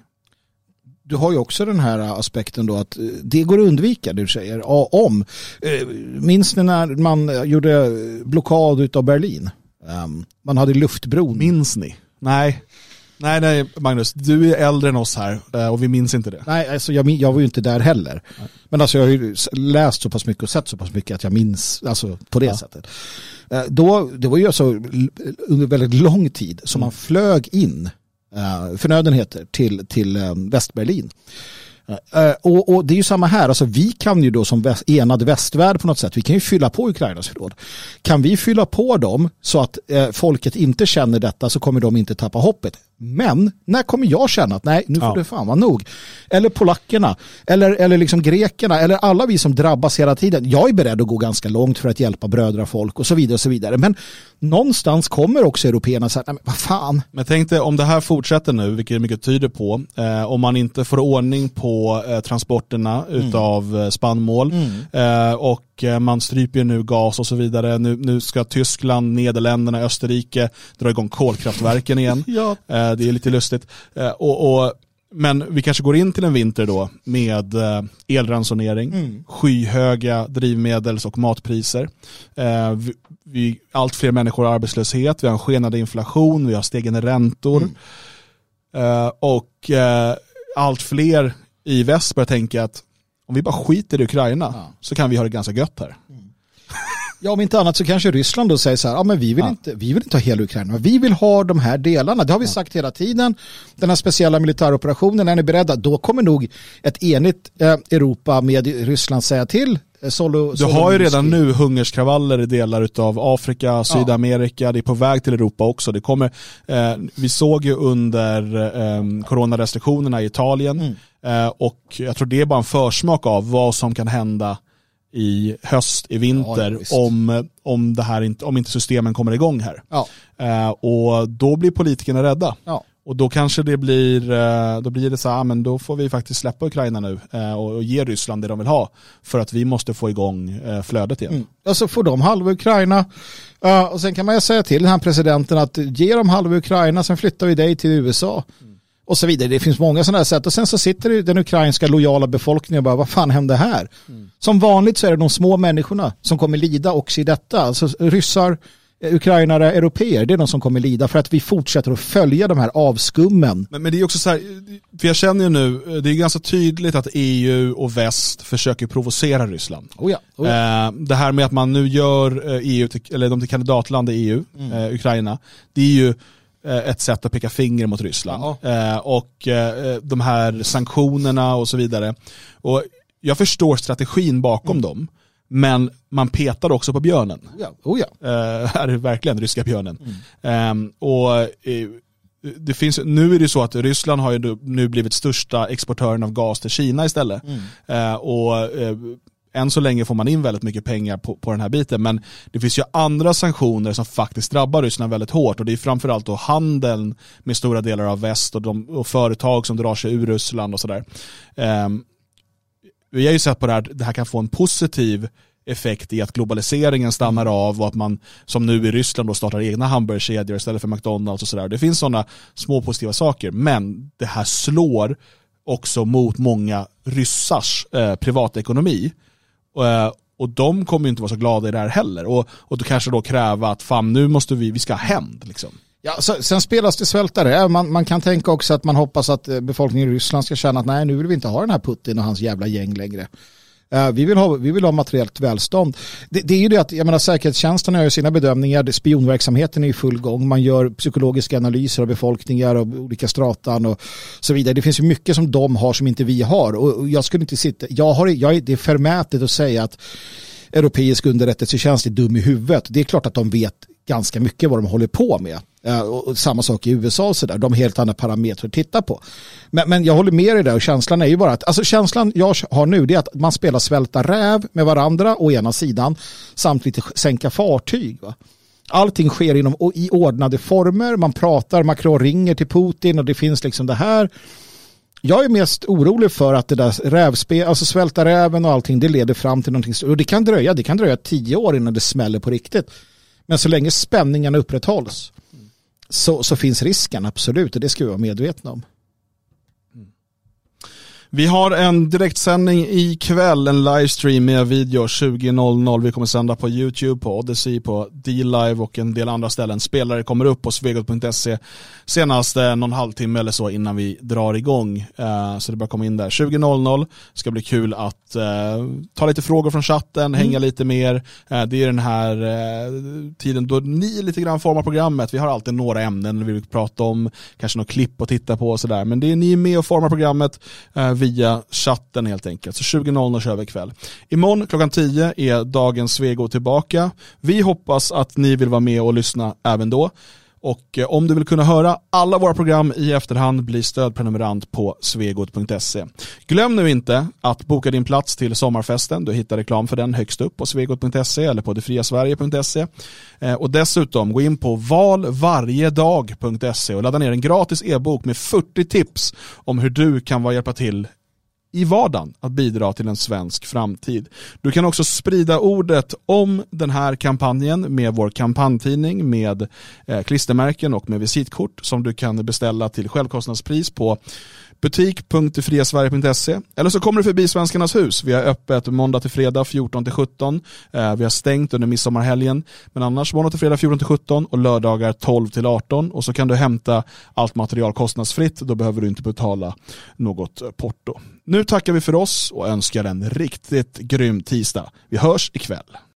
Du har ju också den här aspekten då att det går att undvika, det du säger. Om. Minns ni när man gjorde blockad utav Berlin? Um, man hade luftbron. Minns ni? Nej. Nej, nej, Magnus, du är äldre än oss här och vi minns inte det. Nej, alltså jag, jag var ju inte där heller. Nej. Men alltså jag har ju läst så pass mycket och sett så pass mycket att jag minns alltså på det ja. sättet. Uh, då, det var ju alltså under väldigt lång tid som mm. man flög in uh, förnödenheter till, till um, Västberlin. Uh, och, och det är ju samma här, alltså vi kan ju då som väst, enad västvärld på något sätt, vi kan ju fylla på Ukrainas förråd. Kan vi fylla på dem så att uh, folket inte känner detta, så kommer de inte tappa hoppet. Men när kommer jag känna att nej, nu får ja. det fan vara nog. Eller polackerna, eller, eller liksom grekerna, eller alla vi som drabbas hela tiden. Jag är beredd att gå ganska långt för att hjälpa brödra folk och så vidare och så vidare. Men någonstans kommer också européerna säga, nej men vad fan. Men tänk dig om det här fortsätter nu, vilket mycket tyder på, eh, om man inte får ordning på eh, transporterna mm. utav eh, spannmål mm. eh, och eh, man stryper nu gas och så vidare. Nu, nu ska Tyskland, Nederländerna, Österrike dra igång kolkraftverken igen. ja. eh, det är lite lustigt. Eh, och, och Men vi kanske går in till en vinter då med elransonering, mm. skyhöga drivmedels- och matpriser. Eh, vi, vi, allt fler människor har arbetslöshet, vi har en skenande inflation, vi har stegande räntor. Mm. Eh, och eh, allt fler i väst börjar tänka att om vi bara skiter i Ukraina ja. så kan vi ha det ganska gött här. Mm. Ja, om inte annat så kanske Ryssland då säger så här, ja men vi vill, ja. inte, vi vill inte ha hela Ukraina, vi vill ha de här delarna. Det har vi ja. sagt hela tiden. Den här speciella militäroperationen, är ni beredda? Då kommer nog ett enigt eh, Europa med Ryssland säga till. Eh, solo, du solo har ju redan nu hungerskravaller i delar av Afrika, Sydamerika, ja. det är på väg till Europa också. Det kommer, eh, vi såg ju under eh, coronarestriktionerna i Italien mm. eh, och jag tror det är bara en försmak av vad som kan hända i höst, i vinter, ja, om, om, det här inte, om inte systemen kommer igång här. Ja. Eh, och då blir politikerna rädda. Ja. Och då kanske det blir, eh, då blir det så här, men då får vi faktiskt släppa Ukraina nu eh, och, och ge Ryssland det de vill ha. För att vi måste få igång eh, flödet igen. Mm. Och så får de halva Ukraina. Uh, och sen kan man ju säga till den här presidenten att ge dem halva Ukraina, sen flyttar vi dig till U S A. Mm. Och så vidare. Det finns många sådana här sätt. Och sen så sitter den ukrainska lojala befolkningen och bara, vad fan hände här? Mm. Som vanligt så är det de små människorna som kommer lida också i detta. Alltså ryssar, ukrainare, europeer, det är de som kommer lida för att vi fortsätter att följa de här avskummen. Men, men det är också så här, för jag känner ju nu, det är ganska tydligt att E U och väst försöker provocera Ryssland. Oh ja, oh ja. Eh, det här med att man nu gör E U till, eller de till kandidatland i E U, mm. eh, Ukraina, det är ju ett sätt att peka finger mot Ryssland. Ja. Och de här sanktionerna och så vidare. Och jag förstår strategin bakom mm. dem, men man petar också på björnen. Ja. Oh ja. Är det verkligen ryska björnen? Mm. Och det finns, nu är det så att Ryssland har ju nu blivit största exportören av gas till Kina istället. Mm. Och än så länge får man in väldigt mycket pengar på, på den här biten, men det finns ju andra sanktioner som faktiskt drabbar Ryssland väldigt hårt, och det är framförallt då handeln med stora delar av väst och, de, och företag som drar sig ur Ryssland och sådär. Um, vi har ju sett på det här, det här kan få en positiv effekt i att globaliseringen stannar av och att man som nu i Ryssland då startar egna hamburgerkedjor istället för McDonalds och sådär. Det finns sådana små positiva saker, men det här slår också mot många ryssars eh, privatekonomi. Uh, och de kommer ju inte vara så glada i det här heller. Och, och då kanske då kräva att fan, nu måste vi, vi ska ha hämnd liksom. Ja, så, sen spelas det svältare. Man, man kan tänka också att man hoppas att befolkningen i Ryssland ska känna att nej, nu vill vi inte ha den här Putin och hans jävla gäng längre. Uh, vi, vill ha, vi vill ha materiellt välstånd. Det, det är ju det att, jag menar, säkerhetstjänsten gör sina bedömningar, spionverksamheten är i full gång, man gör psykologiska analyser av befolkningar och olika stratan och så vidare. Det finns ju mycket som de har som inte vi har, och jag skulle inte sitta, jag har, jag, det är förmätet att säga att europeisk underrättelsetjänst är dum i huvudet. Det är klart att de vet ganska mycket vad de håller på med. Uh, och samma sak i U S A och så där. De har helt andra parametrar att titta på. Men, men jag håller med dig där, och känslan är ju bara att, alltså känslan jag har nu, det är att man spelar svälta räv med varandra å ena sidan, samtidigt sänka fartyg, va? Allting sker inom, i ordnade former. Man pratar, Macron ringer till Putin och det finns liksom det här. Jag är mest orolig för att det där rävspel, alltså svälta räven och allting, det leder fram till någonting stort. Och det kan dröja, det kan dröja tio år innan det smäller på riktigt. Men så länge spänningarna upprätthålls så, så finns risken, absolut, och det ska vi vara medvetna om. Vi har en direktsändning ikväll, en livestream med video tjugo noll noll. Vi kommer sända på YouTube, på Odyssey, på D-Live och en del andra ställen. Spelare kommer upp på svegot punkt se senast någon halvtimme eller så innan vi drar igång. Så det bara komma in där. tjugo noll noll. Ska bli kul att uh, ta lite frågor från chatten, mm. hänga lite mer. Uh, det är den här uh, tiden då ni lite grann formar programmet. Vi har alltid några ämnen vi vill prata om, kanske något klipp att titta på och sådär. Men det är ni med och formar programmet uh, via chatten helt enkelt. Så tjugo noll noll kör vi ikväll. Imorgon klockan tio är dagens Svego tillbaka. Vi hoppas att ni vill vara med och lyssna även då. Och eh, om du vill kunna höra alla våra program i efterhand, bli stödprenumerant på svegot punkt se. Glöm nu inte att boka din plats till sommarfesten. Du hittar reklam för den högst upp på svegot punkt se eller på detfriasverige punkt se. Eh, och dessutom gå in på valvarjedag punkt se och ladda ner en gratis e-bok med fyrtio tips om hur du kan vara hjälpa till i vardagen att bidra till en svensk framtid. Du kan också sprida ordet om den här kampanjen med vår kampanjtidning, med eh, klistermärken och med visitkort som du kan beställa till självkostnadspris på butik punkt detfriasverige punkt se, eller så kommer du förbi Svenskarnas hus. Vi har öppet måndag till fredag fjorton till sjutton. Eh, vi har stängt under midsommarhelgen, men annars måndag till fredag fjorton till sjutton och lördagar tolv till arton, och så kan du hämta allt material kostnadsfritt. Då behöver du inte betala något porto. Nu tackar vi för oss och önskar en riktigt grym tisdag. Vi hörs ikväll.